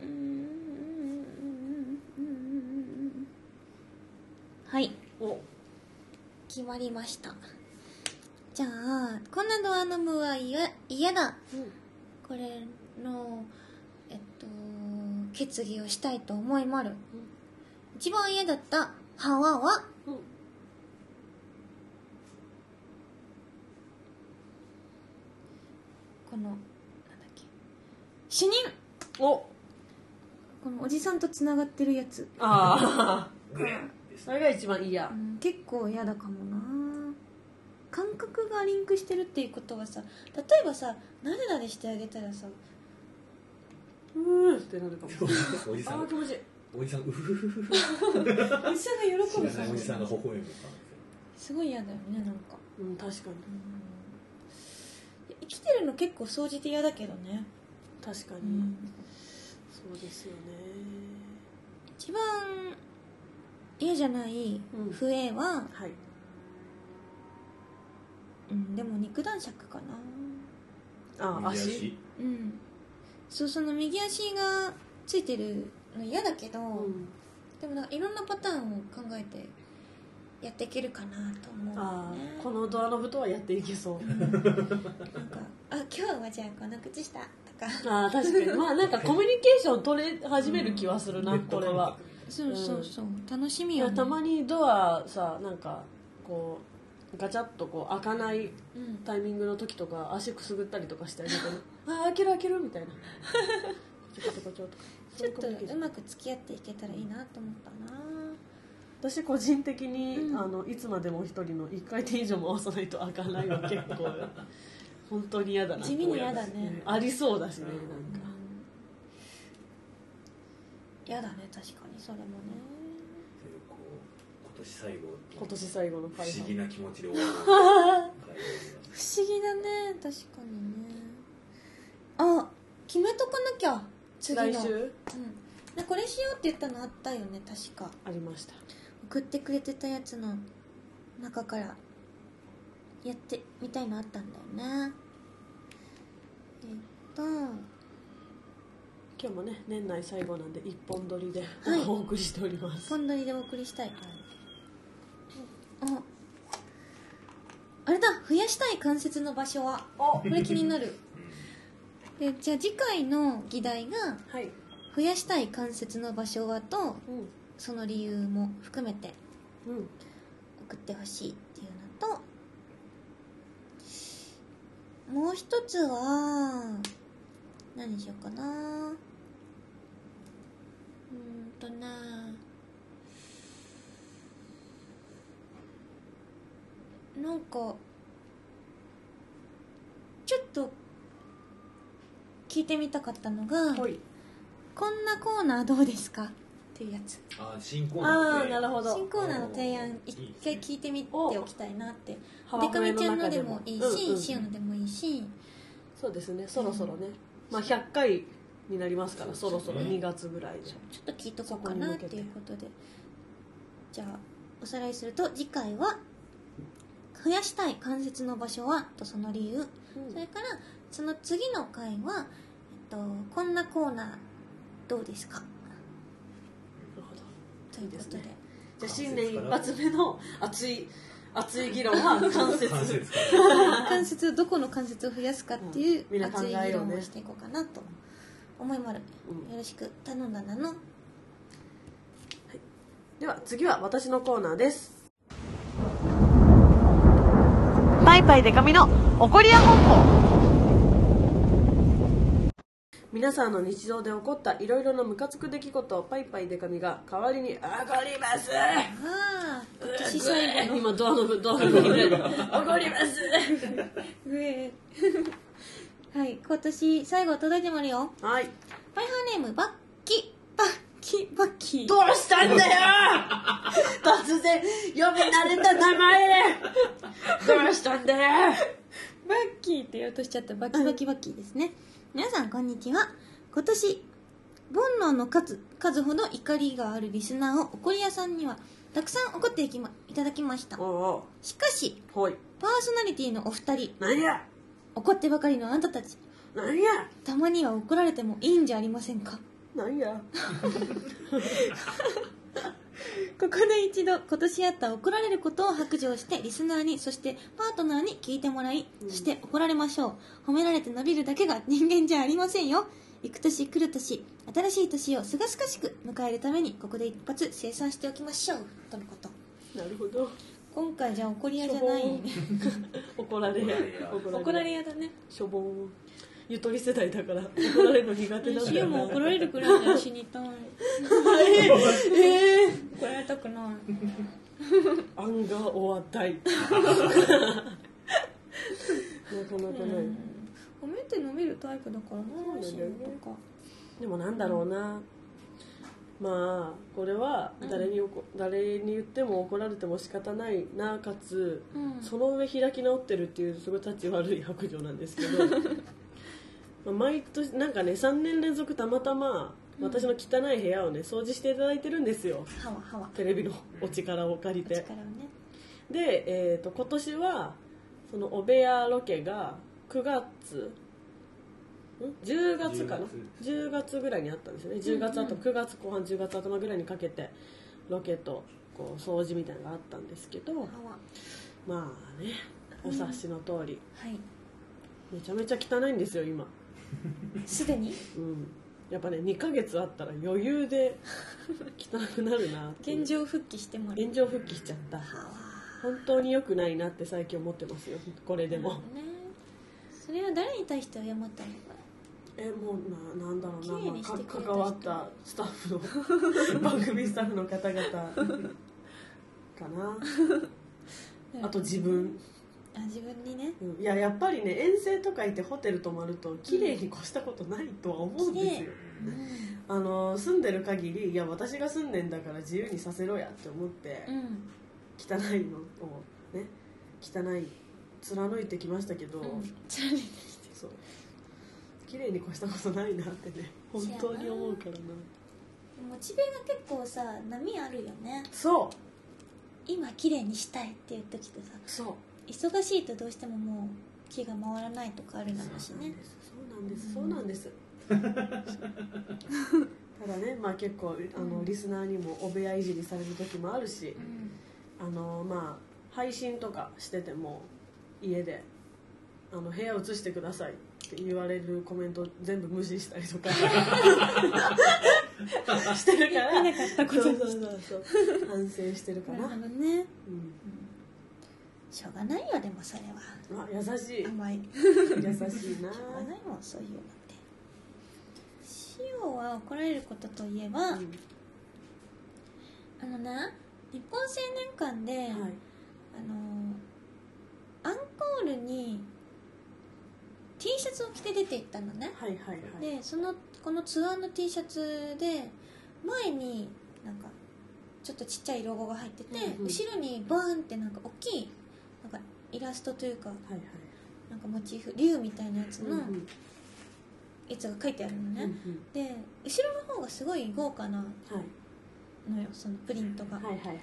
Speaker 1: はい。
Speaker 2: お、
Speaker 1: 決まりました。じゃあ、こんなドアノブは嫌嫌だ。うん、これのえっと決議をしたいと思いまる。うん、一番嫌だったハワは、うん、このなんだっけ主任。おこのおじさんとつながってるやつ。
Speaker 2: ああそれが一番嫌、
Speaker 1: うん、結構嫌だかもな。感覚がリンクしてるっていうことはさ、例えばさなでなでしてあげたらさ
Speaker 2: うーってなるかも。
Speaker 3: おじさん
Speaker 2: あ気持ちいい。
Speaker 3: おじさんうふふふふ
Speaker 1: おじさんが喜ぶ。
Speaker 3: おじさんが微笑むか
Speaker 1: すごい嫌だよねなんか。
Speaker 2: うん確かに、
Speaker 1: うん、生きてるの結構掃除で嫌だけどね。
Speaker 2: 確かに、うん、そうですよね。
Speaker 1: 一番嫌じゃない不衛は、うん、はい、うん、でも肉弾尺かな。
Speaker 2: あ足、
Speaker 1: うん、そうその右足がついてるの嫌だけど、うん、でもなんかいろんなパターンを考えてやっていけるかなと思う、ね、
Speaker 2: あこのドアノブとはやっていけそう。なんか
Speaker 1: あ今日はじゃあこの靴下とか
Speaker 2: あ確かにまあなんかコミュニケーション取れ始める気はするな、うん、これは。
Speaker 1: そうそうそう、うん、楽しみよ、ね、
Speaker 2: たまにドアさなんかこうガチャッとこう開かないタイミングの時とか足くすぐったりとかしてあげて、うん、あ開ける開けるみたいなちょっとちょっと
Speaker 1: ちょっとうまく付き合っていけたらいいなと思ったな。
Speaker 2: 私個人的に、うん、あのいつまでも一人のいっかい転以上回さないと開かないの結構本当に嫌だな。
Speaker 1: 地味に嫌だね。
Speaker 2: ありそうだしね、なんか
Speaker 1: 嫌だね確かにそれもね。
Speaker 3: 今年最後
Speaker 2: 今年最後の
Speaker 3: 不思議な気持ちで終わる
Speaker 1: 不思議だね確かにね。あ決めとかなきゃ次の
Speaker 2: 来週、
Speaker 1: うん、これしようって言ったのあったよね確か。
Speaker 2: ありました。
Speaker 1: 送ってくれてたやつの中からやってみたいのあったんだよね。えっと
Speaker 2: 今日もね年内最後なんで一本撮りで、
Speaker 1: はい、
Speaker 2: お送りしております。
Speaker 1: 一本撮りでお送りしたい、はい、ああれだ、増やしたい関節の場所は、これ気になる。でじゃあ次回の議題が、はい、増やしたい関節の場所はと、うん、その理由も含めて送ってほしいっていうのと、もう一つは何にしようかな。うーんとななんかちょっと聞いてみたかったのが、はい、こんなコーナーどうですかっていうやつ。
Speaker 3: あ、新コーナー。
Speaker 2: あ、なるほど。
Speaker 1: 新コーナーの提案一回聞いてみておきたいなって。デカミちゃんのでもいいし、うんうん、シオのでもいいし。
Speaker 2: そうですね、そろそろね、うん、まあひゃっかいになりますから、そろそろにがつぐらいでちょ
Speaker 1: っと聞いとこうかなっていうことで、じゃあおさらいすると、次回は増やしたい関節の場所はとその理由、うん、それからその次の回は、えっと、こんなコーナーどうですか。な
Speaker 2: るほど、
Speaker 1: ということで、ね、
Speaker 2: じゃあ新年一発目の熱い熱い議論は関節
Speaker 1: 関節をどこの関節を増やすかっていう熱い議論をしていこうかなと思いまる、うん、よろしく頼んだなの、はい、
Speaker 2: では次は私のコーナーです。
Speaker 4: パイパイデカミの怒りや本舗。
Speaker 2: 皆さんの日常で起こったいろいろなムカつく出来事をパイパイデカミが代わりに「怒ります」
Speaker 1: ああ今年最後の
Speaker 2: 今ドアのドアの怒ります
Speaker 1: はい今年最後届いてもらうよ。
Speaker 2: はい、
Speaker 1: パイハーネームバッキバッキバッキ。
Speaker 2: どうしたんだよ突然呼び慣れた名前どうしたんだよ
Speaker 1: バッキーって言おうとしちゃった。バキバキバッキーですね。皆さんこんにちは。今年煩悩の数数ほど怒りがあるリスナーを怒り屋さんにはたくさん怒っていき、ま、いただきました。
Speaker 2: おうおう、
Speaker 1: しかしパーソナリティのお二人、
Speaker 2: 何や
Speaker 1: 怒ってばかりのあんたたち、
Speaker 2: 何や
Speaker 1: たまには怒られてもいいんじゃありませんか。
Speaker 2: 何や
Speaker 1: ここで一度今年あった怒られることを白状してリスナーに、そしてパートナーに聞いてもらい、うん、そして怒られましょう。褒められて伸びるだけが人間じゃありませんよ。行く年来る年、新しい年をすがすがしく迎えるためにここで一発清算しておきましょうとのこと。
Speaker 2: なるほど。
Speaker 1: 今回じゃあ怒り屋じゃないね
Speaker 2: 怒られ屋
Speaker 1: 怒られ屋だね。
Speaker 2: しょぼーん。ゆとり世代だから怒られるの苦手なんだよな。
Speaker 1: シオも怒られるくらいで死にたい
Speaker 2: えー、えー、
Speaker 1: 怒られたくない
Speaker 2: アンガーオアダイなかなかない、うん、
Speaker 1: 褒めて伸びるタイプだからな。そうなんだよね。
Speaker 2: でもなんだろうな、まあこれは誰に、うん、誰に言っても怒られても仕方ないな、かつ、うん、その上開き直ってるっていうすごい立ち悪い白状なんですけど毎年なんかねさんねん連続たまたま私の汚い部屋をね掃除していただいてるんですよ。
Speaker 1: はわはわ
Speaker 2: テレビのお力を借りて、
Speaker 1: お力をね、
Speaker 2: で、えー、と今年はそのお部屋ロケがくがつんじゅうがつかな、じゅうがつぐらいにあったんですよね。じゅうがつあとくがつこう半じゅうがつ頭ぐらいにかけてロケとこう掃除みたいなのがあったんですけど、まあねお察しの通り、
Speaker 1: うん、はい、
Speaker 2: めちゃめちゃ汚いんですよ今
Speaker 1: すでに、
Speaker 2: うん、やっぱねにかげつあったら余裕で汚くなるなって
Speaker 1: 現状復帰してもらう。
Speaker 2: 現状復帰しちゃった。本当に良くないなって最近思ってますよ、これでも、ね、
Speaker 1: それは誰に対して謝ったのか。
Speaker 2: えもうな、なんだろうな、まあ、か関わったスタッフの番組スタッフの方々かなあと自分、
Speaker 1: あ自分にね、
Speaker 2: うん、いややっぱりね遠征とか行ってホテル泊まると綺麗に越したことないとは思うんですよ、うん、あの住んでる限りいや私が住んでんだから自由にさせろやって思って、うん、汚いのをね汚い貫いてきましたけど、うん、
Speaker 1: 貫いて
Speaker 2: そう綺麗に越したことないなってね本当に思うからな。
Speaker 1: モチベが結構さ波あるよね。
Speaker 2: そう
Speaker 1: 今綺麗にしたいっていう時とさ、
Speaker 2: そう
Speaker 1: 忙しいとどうしてももう気が回らないとかあるだろうしね。
Speaker 2: そうなんですそうなんですそうなんですただね、まあ、結構あの、うん、リスナーにもお部屋いじりされる時もあるし、うん、あのまあ配信とかしてても家であの部屋移してくださいって言われるコメント全部無視したりとかしてるから
Speaker 1: 見なかったことに
Speaker 2: そうそうそう反省してるかな。
Speaker 1: なるほどね、うん、しょうがないよ。でもそれは
Speaker 2: あ優しい
Speaker 1: 甘い
Speaker 2: 優しいな。しょうがない
Speaker 1: もんそういうのって。塩は怒られることといえば、うん、あのな日本青年館で、はい、あのアンコールに T シャツを着て出て行ったのね、
Speaker 2: はいはいはい、
Speaker 1: でそのこのツアーの T シャツで前になんかちょっとちっちゃいロゴが入ってて、うんうん、後ろにバーンってなんか大きいなんかイラストというか、はいはい、なんかモチーフ竜みたいなやつのやつが書いてあるのね、うんうん、で後ろの方がすごい豪華なのよ、そのプリントが、はいはいはい、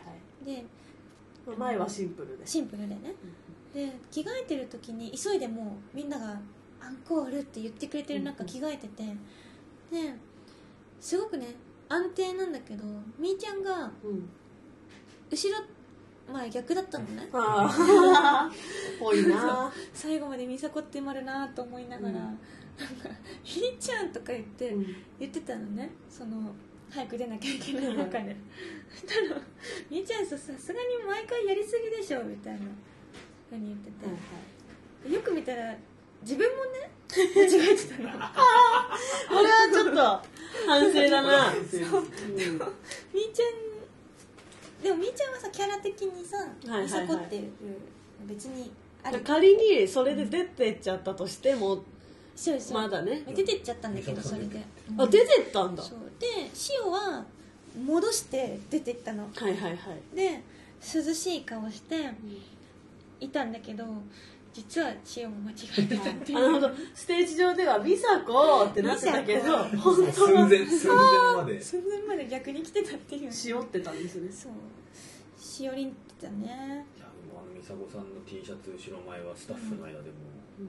Speaker 1: で
Speaker 2: 前はシンプルで
Speaker 1: シンプルでね、うんうん、で着替えてる時に急いでもうみんながアンコールって言ってくれてる中着替えてて、ですごくね安定なんだけどみーちゃんが後ろ前逆だったのね、
Speaker 2: あぽいな
Speaker 1: 最後までみさこってまるなと思いながら、うん、なんかみーちゃんとか言って、うん、言ってたのね、その早く出なきゃいけない中でそしたらみーちゃんさすがに毎回やりすぎでしょみたいなふうに言ってて、はいはい、よく見たら自分もね間違えてたのあ
Speaker 2: あこれはちょっと反省だな
Speaker 1: そう、うん、みーちゃんでもみーちゃんはさキャラ的にさみさこっていう別にある、
Speaker 2: 仮にそれで出てっちゃったとしても、うん、
Speaker 1: そうそう
Speaker 2: まだね
Speaker 1: 出てっちゃったんだけどそれで、
Speaker 2: うん、あ出てったんだ。
Speaker 1: そうで塩は戻して出てったの、
Speaker 2: はいはいはい、
Speaker 1: で涼しい顔していたんだけど実は塩も間違えてたっていう。
Speaker 2: なるほど。ステージ上では美佐子ってなってたけど
Speaker 3: 本当は寸前寸前まで
Speaker 1: 寸前まで逆に来てたっていう。
Speaker 2: 塩ってたんですね。
Speaker 1: そう塩りんってたね。
Speaker 3: いやでもあの美佐子さんの T シャツ後ろ前はスタッフの間でも、うんうん、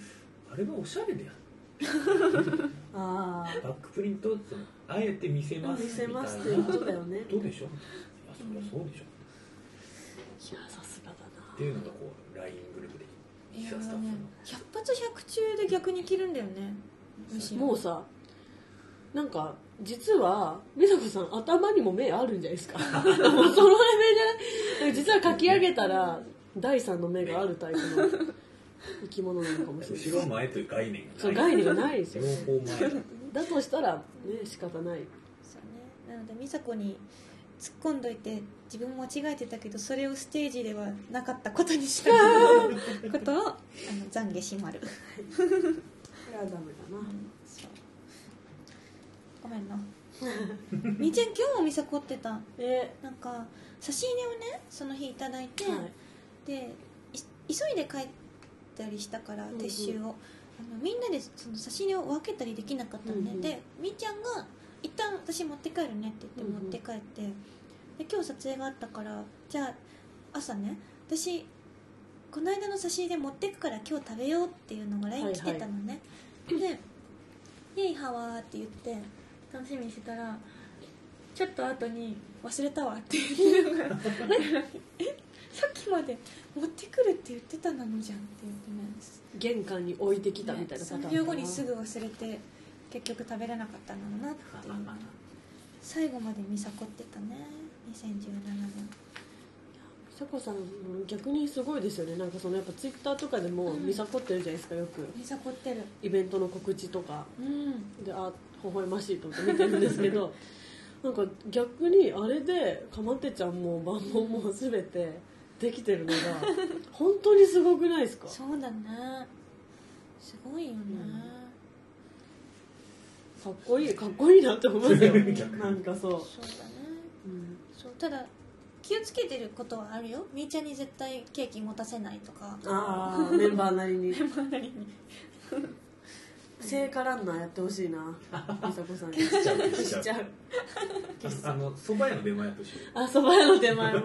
Speaker 3: あれはおしゃれでやるあバックプリントそのあえて見せますみたいな。見せますってことだよね。どうでしょう。いやそりゃそうでしょ。
Speaker 2: いやさすがだな。
Speaker 3: っていうのがこう ライン グループで
Speaker 1: いやーね、ひゃく発ひゃく中で逆に着るんだよね。
Speaker 2: もうさなんか実は美佐子さん頭にも目あるんじゃないですかもうそのレベルじゃない実は描き上げたら第三の目があるタイプの生き物なのかもしれない。
Speaker 3: 後ろ前という概念がない。
Speaker 2: そう概念がないですよ
Speaker 3: 両方前
Speaker 2: だとしたらね仕方ない。そうね。
Speaker 1: なので美佐子に突っ込んどいて自分も間違えてたけどそれをステージではなかったことにしたことをあの懺悔しまるこ
Speaker 2: れはダメだな、うん、
Speaker 1: そうごめんなみーちゃん今日もみさこってた、えー、なんか差し入れをねその日いただいて、はい、で急いで帰ったりしたから撤収を、うんうん、あのみんなでその差し入れを分けたりできなかったので、うんうん、でみーちゃんが一旦私持って帰るねって言って持って帰って、うんうん、で今日撮影があったからじゃあ朝ね私この間の差し入れ持ってくから今日食べようっていうのが ライン 来てたのね、はいはい、で「イェイハワー」って言って楽しみにしてたらちょっと後に「忘れたわ」って言ってるのがえさっきまで持ってくるって言ってたのじゃんって言ってね
Speaker 2: 玄関に置いてきたみたいなパターン、ね、さんびょうごにすぐ
Speaker 1: 忘れて結局食べれなかったんだなっていう最後まで見さこってたねにせんじゅうななねん。
Speaker 2: 美佐子さん逆にすごいですよね。なんかそのやっぱツイッターとかでも見さこってるじゃないですか、よく
Speaker 1: 見さこってる
Speaker 2: イベントの告知とか、うん、であ微笑ましいと思って見てるんですけどなんか逆にあれでかまってちゃんも万能も全てできてるのが本当にすごくないですか。
Speaker 1: そうだねすごいよね、
Speaker 2: うん、かっこいいかっこいいなって思いますよなんかそうそうだね、
Speaker 1: うん、そうただ気をつけてることはあるよ。みーちゃんに絶対ケーキ持たせないとか
Speaker 2: ああメンバーなりに
Speaker 1: メンバーなりに
Speaker 2: 聖火ランナーやってほしいな、美佐子さんに。
Speaker 3: 消しちゃう
Speaker 2: 消しちゃう。
Speaker 3: あの蕎麦屋の出前やってほしい。
Speaker 2: あ、蕎麦屋の出前も。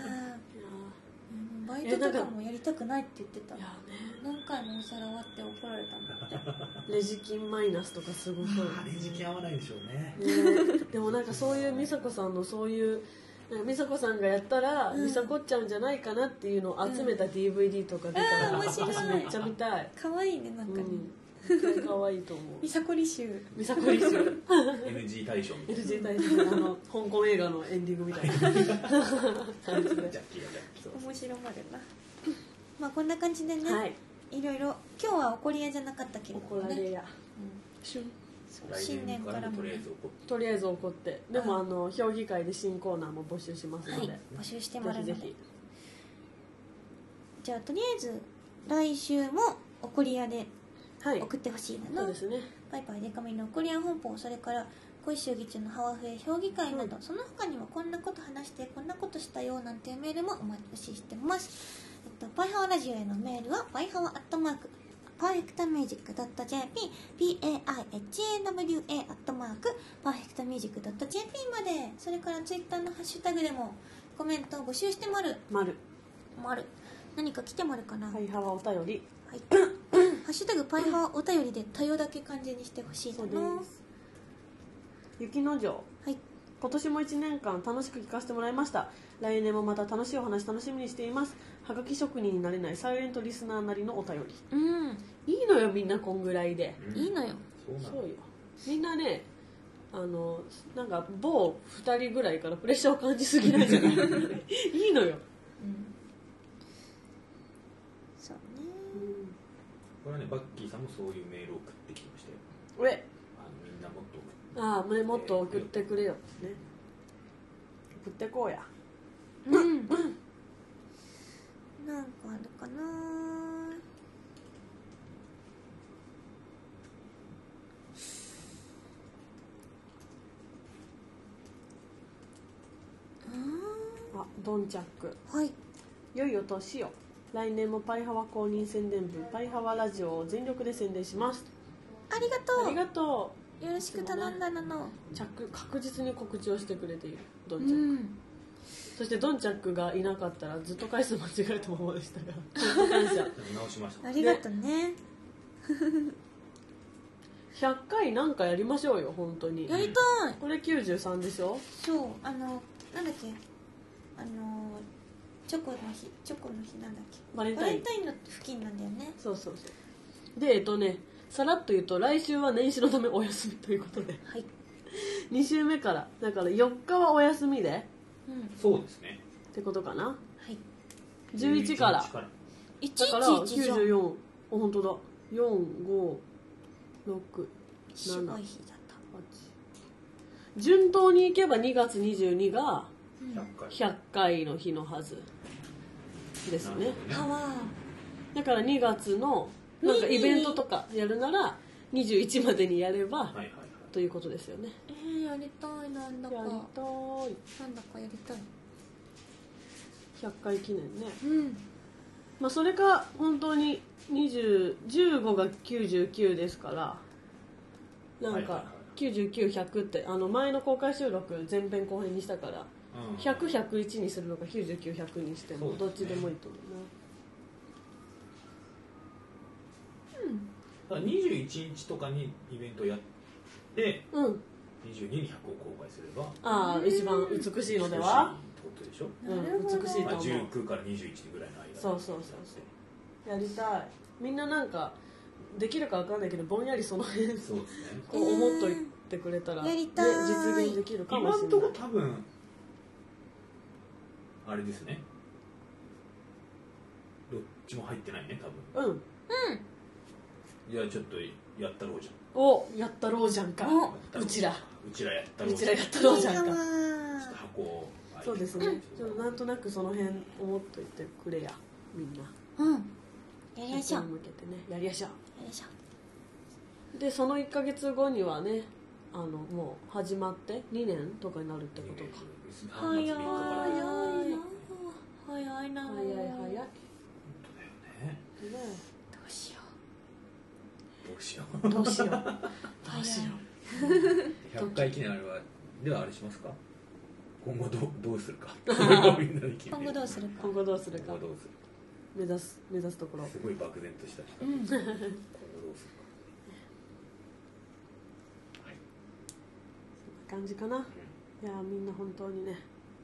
Speaker 1: バイトとかもやりたくないって言ってた。何回もお皿割って怒られたんだって。
Speaker 2: レジ金マイナスとかすごそう。
Speaker 3: レジ金合わないでしょうね。
Speaker 2: ね、でもなんかそういう美佐子さんのそういう美佐子さんがやったら美佐子ちゃんじゃないかなっていうのを集めた ディーブイディー とか出たら、
Speaker 1: うん、私
Speaker 2: めっちゃ見たい。
Speaker 1: 可愛いね、なんかね。
Speaker 2: うん、可愛いと思う。
Speaker 1: 美佐子履修。
Speaker 2: 美佐子履修。
Speaker 3: エヌジー 大賞。
Speaker 2: エヌジー 大賞。あの香港映画のエンディングみたいな感じで。
Speaker 3: ジャッキーがジャッキー。
Speaker 1: 面白まるな。まあこんな感じでね。はい。いろいろ今日は怒り屋じゃなかったけどね。
Speaker 2: 怒られや。
Speaker 1: 新年からもね。
Speaker 2: とりあえず怒って。でもあの評議会で新コーナーも募集しますので。
Speaker 1: 募集してもらうので。
Speaker 2: ぜひぜひ。
Speaker 1: じゃあとりあえず来週も怒り屋で送ってほしいなの。
Speaker 2: そうですね。
Speaker 1: パイパイデカミの怒り屋本舗、それから恋祝儀中のハワフエ評議会など、その他にもこんなこと話してこんなことしたよなんていうメールもお待ちしてます。えっと、パイハワラジオへのメールはパイハワアットマークパーフェクトミュージックドットジェーピー パイハワアットマークパーフェクトミュージックドットジェーピー まで。それからツイッターのハッシュタグでもコメントを募集してまる
Speaker 2: まる
Speaker 1: まる何か来てまるかな。
Speaker 2: パイハワお便り、
Speaker 1: はいハッシュタグパイハワお便りで多様だけ漢字にしてほしいな。
Speaker 2: そうです。雪の城、はい、今年もいちねんかん楽しく聞かせてもらいました。来年もまた楽しいお話楽しみにしています。はがき職人になれないサイレントリスナーなりのお便り。うんいいのよ、みんなこんぐらいで、
Speaker 1: うん、いいのよ。
Speaker 2: そうよ、みんなね、あのなんか某ふたりぐらいからプレッシャーを感じすぎないじゃないいいのよ、うん、
Speaker 1: そうね、
Speaker 3: うん、これはね、バッキーさんもそういうメールを送ってきましたよ。
Speaker 2: え
Speaker 3: あのみんなもっと送って
Speaker 2: ああ、もっと送ってくれよ、ね、送ってこうや。
Speaker 1: うんなんかあるかな。
Speaker 2: あ、ドンチャック、
Speaker 1: はい、
Speaker 2: 良いお年を。来年もパイハワ公認宣伝部パイハワラジオを全力で宣伝します。
Speaker 1: ありがとう。
Speaker 2: ありがと
Speaker 1: う。よろしく頼んだのの、
Speaker 2: ね、確実に告知をしてくれているドンチャック、うん、そしてドンチャックがいなかったらずっと回数間違えたままでしたが本当感謝
Speaker 3: 直しました。
Speaker 1: ありがとうね
Speaker 2: ひゃっかいなんかやりましょうよ、本当に
Speaker 1: やりたい。
Speaker 2: これきゅうじゅうさんでしょ。
Speaker 1: そう、あのなんだっけ、あのチョコの日、チョコの日なんだっけ、
Speaker 2: バレンタイン、
Speaker 1: バレンタインの付近なんだよね。
Speaker 2: そうそうそう。で、えっとね、さらっと言うと来週は年始のためお休みということで、はい、に週目からだからよっかはお休みで、
Speaker 3: うん、そうですね
Speaker 2: ってことかな。はい、
Speaker 3: じゅういちにちから
Speaker 2: だからきゅうじゅうよん、あ、本当だ、よん、ご、ろく、なな、はち、順当にいけばにがつにじゅうにがひゃっかいの日のはずですね。
Speaker 1: ね、
Speaker 2: だからにがつのなんかイベントとかやるならにじゅういちまでにやれば、はいはいはい、ということですよね。
Speaker 1: えー、やりたい。なんだか
Speaker 2: やりたい。
Speaker 1: なんだかやりたい。
Speaker 2: ひゃっかい記念ね。
Speaker 1: うん。
Speaker 2: まあそれか本当ににじゅう、じゅうごがきゅうじゅうきゅうですから、なんかきゅうじゅうきゅう、ひゃくってあの前の公開収録前編後編にしたから、うん、ひゃく、ひゃくいちにするのかきゅうじゅうきゅう、ひゃくにしてもどっちでもいいと思うな。
Speaker 3: にじゅういちにちとかにイベントやって、うん、にじゅうににひゃくを公開すれば、
Speaker 2: ああ、一番美しいのでは
Speaker 3: ってことでしょ。
Speaker 2: うん、美しいと思う。
Speaker 3: まあ、じゅうくからにじゅういちぐらいの間。
Speaker 2: そうそうそうそう。やりたい。みんななんかできるかわかんないけどぼんやりその辺そうですね。こう思っといてくれたら、
Speaker 1: やりたい、
Speaker 2: ね、実現できるかもしれない。
Speaker 3: 今のとこ多分あれですね。どっちも入ってないね多分。うん。うん。いやちょっとやったろうじゃん。
Speaker 2: お、やったろうじゃんか。うちら
Speaker 3: うちらやったろう
Speaker 2: うちらやったろうじゃんか。ちょっ
Speaker 3: と箱を。
Speaker 2: そうですね。ちょっとなんとなくその辺思っといてくれやみんな。
Speaker 1: うん。やりましょう。
Speaker 2: 向けてね、やりましょう。
Speaker 1: やりましょ
Speaker 2: う。でそのいっかげつごにはね、あのもう始まってにねんとかになるってことか。
Speaker 1: 早い早い早いな。
Speaker 2: 早い早い。本
Speaker 3: 当だよね。
Speaker 1: どうしよう。
Speaker 3: どうししよう
Speaker 2: どうしようどうしよ
Speaker 3: うひゃっかい記念あれはではあれしますか、今後どうどうするか今
Speaker 1: 後どうするか
Speaker 2: 今後どうするか
Speaker 3: 今後どうするか
Speaker 2: 目指す目指すところ
Speaker 3: すごい漠然とした企画、うん、今後どうするか、はい、
Speaker 2: そんな感じかな、うん、いやみんな本当にね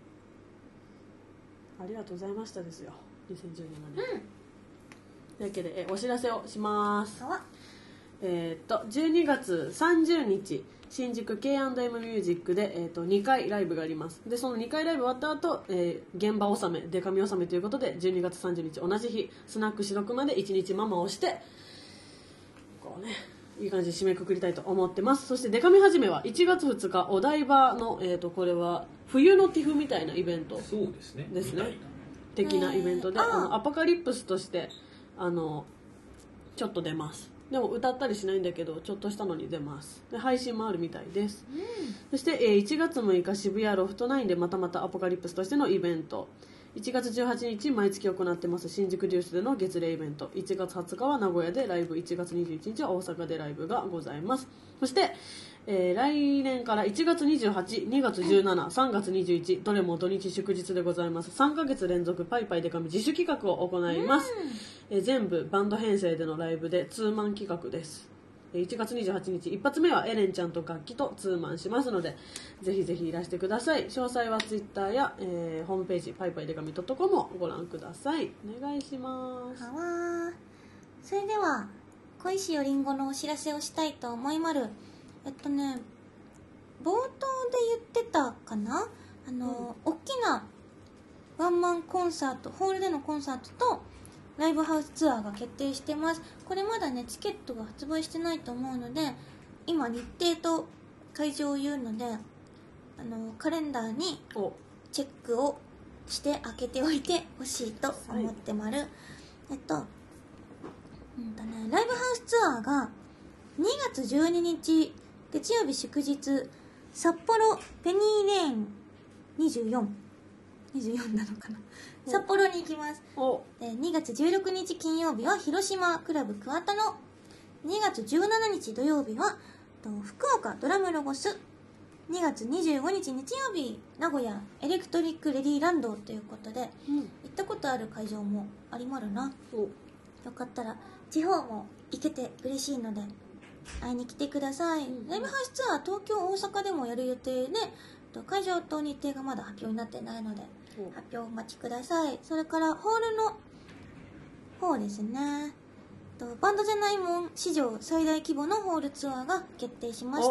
Speaker 2: ありがとうございましたですよにせんじゅうななねん、うん、というわけでえお知らせをします。えー、っとじゅうにがつさんじゅうにち新宿 ケーアンドエム ミュージックで、えー、とにかいライブがあります。でそのにかいライブ終わった後、えー、現場納めデカミ納めということでじゅうにがつさんじゅうにち同じ日スナックしろくまでいちにちママをしてこうねいい感じで締めくくりたいと思ってます。そしてデカミ始めはいちがつふつかお台場の、えー、とこれは冬のティフみたいなイベント
Speaker 3: そうですね
Speaker 2: ですね的なイベントで、あのアポカリプスとしてあのちょっと出ます。でも歌ったりしないんだけどちょっとしたのに出ます。で配信もあるみたいです、うん、そして、えー、いちがつむいか渋谷ロフトナインでまたまたアポカリプスとしてのイベント、いちがつじゅうはちにち毎月行ってます新宿デュースでの月例イベント、いちがつはつかは名古屋でライブ、いちがつにじゅういちにちは大阪でライブがございます。そして、えー、来年からいちがつにじゅうはち、にがつじゅうしち、さんがつにじゅういちどれも土日祝日でございます。さんかげつ連続パイパイデカミ自主企画を行います、うん、えー、全部バンド編成でのライブでツーマン企画です。いちがつにじゅうはちにち一発目はエレンちゃんと楽器とツーマンしますのでぜひぜひいらしてください。詳細はツイッターや、えー、ホームページパイパイデカミ .com をご覧ください。お願いします。
Speaker 1: はわー。それでは小石よりんごのお知らせをしたいと思いまる。えっとね冒頭で言ってたかな、あの、うん、大きなワンマンコンサートホールでのコンサートとライブハウスツアーが決定してます。これまだねチケットが発売してないと思うので今日程と会場を言うのであのカレンダーにチェックをして開けておいてほしいと思ってまる、はい、えっと、うんとね、ライブハウスツアーがにがつじゅうににち月曜日祝日札幌ペニーレーンにじゅうよん にじゅうよんなのかな札幌に行きます。でにがつじゅうろくにち金曜日は広島クラブクワタノ、にがつじゅうしちにち土曜日は福岡ドラムロゴス、にがつにじゅうごにち日曜日名古屋エレクトリックレディーランドということで、うん、行ったことある会場もありまるな。よかったら地方も行けて嬉しいので会いに来てください、うん、ライブハウスツアー東京大阪でもやる予定で会場と日程がまだ発表になってないので発表お待ちください。それからホールの方ですね、バンドじゃないもん史上最大規模のホールツアーが決定しました。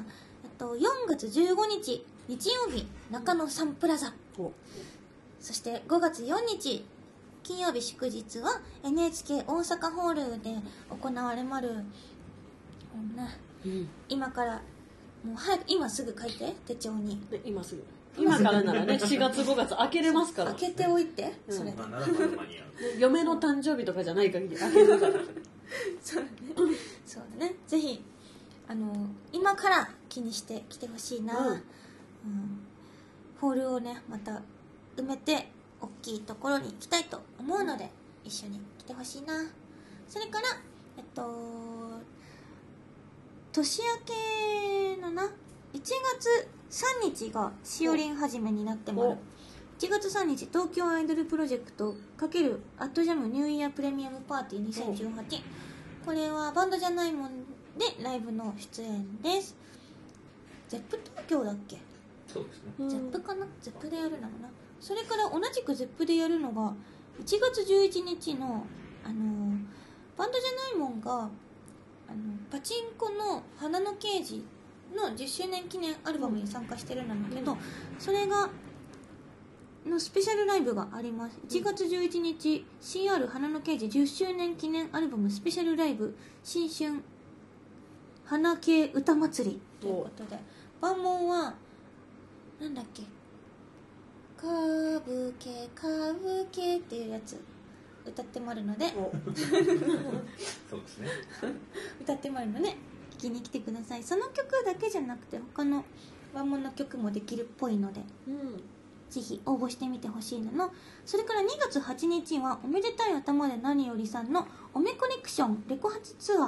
Speaker 1: よんがつじゅうごにち日曜日中野サンプラザ、そしてごがつよっか金曜日祝日は エヌエイチケー 大阪ホールで行われまる、ねうん、今からもう早く今すぐ書いて手帳に。
Speaker 2: 今すぐ今からならねしがつごがつ開けれますから。
Speaker 1: 開けておいて、うん、それ、
Speaker 3: まあ、ならまだ間に合う
Speaker 2: 嫁の誕生日とかじゃない限り開けるから
Speaker 1: そうだねそうだね、ぜひあの今から気にして来てほしいな、うんうん、ホールをねまた埋めて大きいところに行きたいと思うので一緒に来てほしいな。それからえっと年明けのないちがつさんにちがしおりん始めになってもらう。いちがつさんにち東京アイドルプロジェクト×アットジャムニューイヤープレミアムパーティーにせんじゅうはち、これはバンドじゃないもんでライブの出演です。ゼップ東京だっけ。
Speaker 3: そうですね、
Speaker 1: ゼップかな、ゼップでやるなのな。それから同じくゼップでやるのがいちがつじゅういちにちのあのバンドじゃないもんがあのパチンコの花の刑事のじゅっしゅうねん記念アルバムに参加してるんだけど、それがのスペシャルライブがあります。いちがつじゅういちにち シーアール 花の刑事じゅっしゅうねん記念アルバムスペシャルライブ新春花系歌祭りということで、万門はなんだっけ、かぶけかぶけっていうやつ歌ってもらうので
Speaker 3: そうですね
Speaker 1: 歌ってもらうので聴きに来てください。その曲だけじゃなくて他の万門の曲もできるっぽいので、うん、ぜひ応募してみてほしいの。それからにがつはちにちはおめでたい頭で何よりさんのおめコネクションレコ発ツアー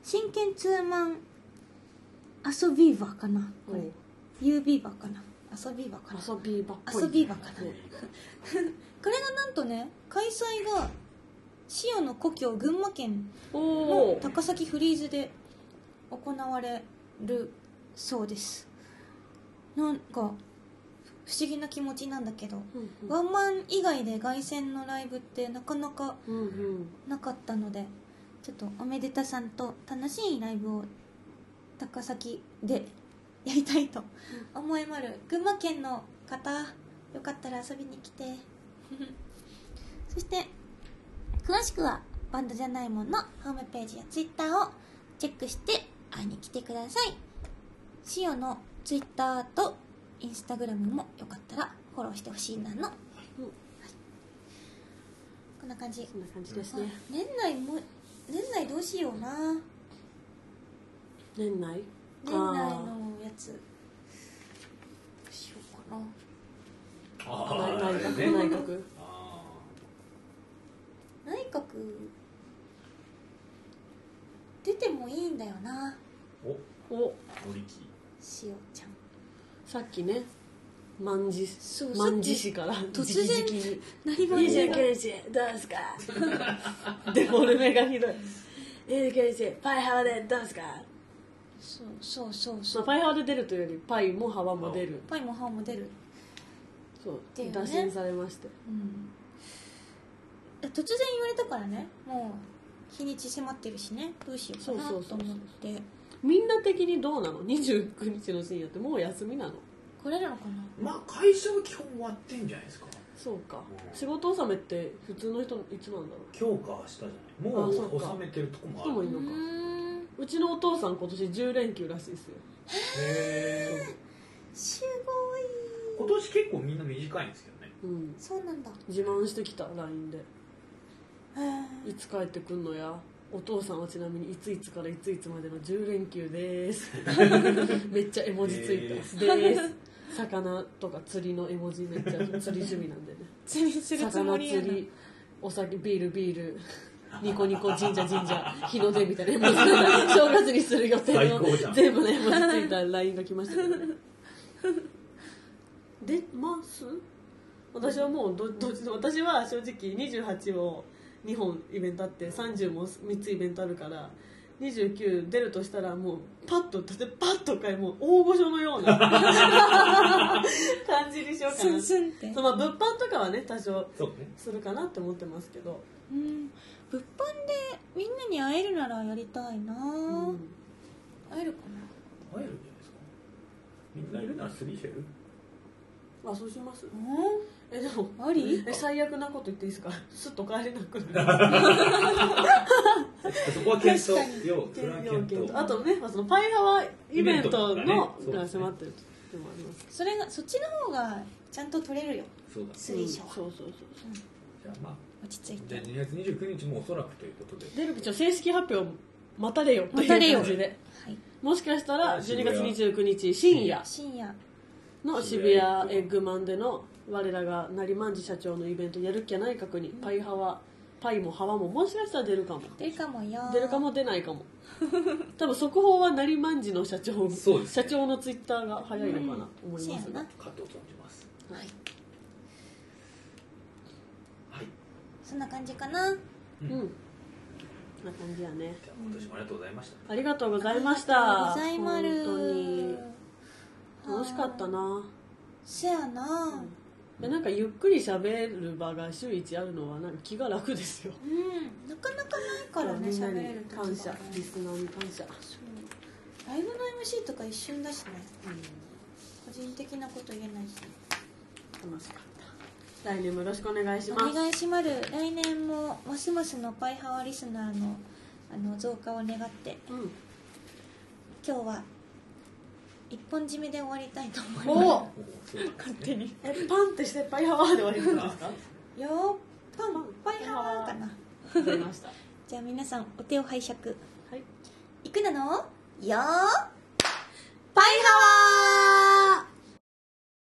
Speaker 1: 真剣ツーマン遊び場かなこれ、
Speaker 2: うん、
Speaker 1: ユービーバかな遊び場かな
Speaker 2: 遊び場っぽい
Speaker 1: 遊び場かなこれがなんとね開催が塩の故郷群馬県の高崎フリーズで行われるそうです。なんか不思議な気持ちなんだけど、うんうん、ワンマン以外で凱旋のライブってなかなかなかったので、うんうん、ちょっとおめでたさんと楽しいライブを高崎でやりたいと思いまる。群馬県の方よかったら遊びに来てそして詳しくはバンドじゃないもんのホームページやツイッターをチェックして会いに来てください。シオのツイッターとインスタグラムもよかったらフォローしてほしいなの、はいはい、こんな感じ
Speaker 2: こんな感じですね。
Speaker 1: 年内も年内どうしような。
Speaker 2: 年内
Speaker 1: 年内のやつどうしようかな。
Speaker 3: あ
Speaker 2: 内閣内閣
Speaker 1: 内閣出てもいいんだよな。
Speaker 3: おお乗り気
Speaker 1: しおちゃん
Speaker 2: さっきね万事
Speaker 1: そう
Speaker 2: 万事氏から
Speaker 1: 突然
Speaker 2: に
Speaker 1: 何も
Speaker 2: にじゅうくにちどうですかデフォルメがひどい。にじゅうくにちパイハワでどうですか。
Speaker 1: そうそうそうそう、
Speaker 2: まあ、パイハワで出るというよりパイもハワも出る。
Speaker 1: パイもハワも出る
Speaker 2: そう、
Speaker 1: ね、
Speaker 2: 打診されまして、
Speaker 1: うん、突然言われたからね、もう日にち迫ってるしね、どうしようかなと思って。そうそうそうそう、
Speaker 2: みんな的にどうなの。にじゅうくにちの深夜ってもう休みなの。
Speaker 1: これなのか
Speaker 3: な。まあ会社は基本終わってんじゃないですか。
Speaker 2: そうか、うん、仕事納めって普通の人いつなんだろう。
Speaker 3: 今日か明日じゃない。もう納めてるとこもある。
Speaker 2: もいいのか。うちのお父さん今年じゅう連休らしいですよ。
Speaker 3: へえ。
Speaker 1: すごい。
Speaker 3: 今年結構みんな短いんですけどね。
Speaker 1: うん、そうなんだ。
Speaker 2: 自慢してきた ライン でいつ帰ってくんのや。お父さんはちなみにいついつからいついつまでのじゅう連休ですめっちゃ絵文字ついたです魚とか釣りの絵文字めっちゃ釣り趣味なんでね
Speaker 1: 釣りするつもりやな。
Speaker 2: 魚釣りお酒ビールビールニコニコ神社神社日の出みたいな絵文字なんだ正月にする予定の全部の絵文字ついた ライン が来ましたけどね出ます私はもうどど私は正直にじゅうはちをにほんイベントあってさんじゅうもみっつイベントあるからにじゅうきゅう出るとしたらもうパッとパッとかいもう大御所のような感じにしようかな。
Speaker 1: スンスンって
Speaker 2: そう、まあ、物販とかはね多少するかなって思ってますけど、
Speaker 1: うん、物販でみんなに会えるならやりたいな、うん、会えるか
Speaker 3: な。会えるんじゃないですか。みんないるならスリーシェル。
Speaker 2: あ、そうします。
Speaker 1: うん、
Speaker 2: えでも
Speaker 1: あり？
Speaker 2: え最悪なこと言っていいですか。スッと帰れなくなる
Speaker 3: そこは検討要検討。
Speaker 2: あとね、まあ、そのパイハワイベントのが迫ってるともあります。
Speaker 1: それがそっちの方がちゃんと取れるよ。
Speaker 3: そうだ。
Speaker 1: スリーショー。
Speaker 2: そうそうそう。
Speaker 3: じゃあまあ
Speaker 1: 落ち着いて。
Speaker 3: じゃあにがつにじゅうくにちもおそらくということで。
Speaker 2: 出る口を正式発表待たれよという感じで。はい。もしかしたらじゅうにがつにじゅうくにち深夜。
Speaker 1: 深夜。
Speaker 2: の渋谷エッグマンでの我らが成万次社長のイベントやるっきゃないかくに、うん、パイハワパイもハワももしかしたら出るかも
Speaker 1: 出るかもよ
Speaker 2: 出るかも出ないかも多分速報は成万次の社長、ね、社長のツイッターが早いのかなと思いますが、うん、
Speaker 3: かと存じます。
Speaker 1: はい、はい、そんな感じかな。うん、
Speaker 2: うん、そんな感じやね。
Speaker 3: じゃあ今年もありがとうございました。
Speaker 2: ありがとうございました。
Speaker 1: ありがとうございます。
Speaker 2: 本当に楽しかったな。
Speaker 1: せやな、
Speaker 2: うん、なんかゆっくり喋る場が週一あるのはなんか気が楽ですよ。
Speaker 1: うん、なかなかないからね、喋れる時
Speaker 2: 感謝、リスナーに感謝。
Speaker 1: そうライブの エムシー とか一瞬だしね、うん、個人的なこと言えないし
Speaker 2: 楽しかった。来年もよろしくお願いします。
Speaker 1: お願いします。来年もますますのパイハワリスナーの、あの増加を願って、うん、今日は一本締めで終わりたいと思います。勝手に
Speaker 2: えパンってしてパイハワーで終わりるんですか
Speaker 1: よーパンパイハワーかな。
Speaker 2: わかりました。
Speaker 1: じゃあ皆さんお手を拝借。
Speaker 2: はい。
Speaker 1: いくなのよーパイハワー。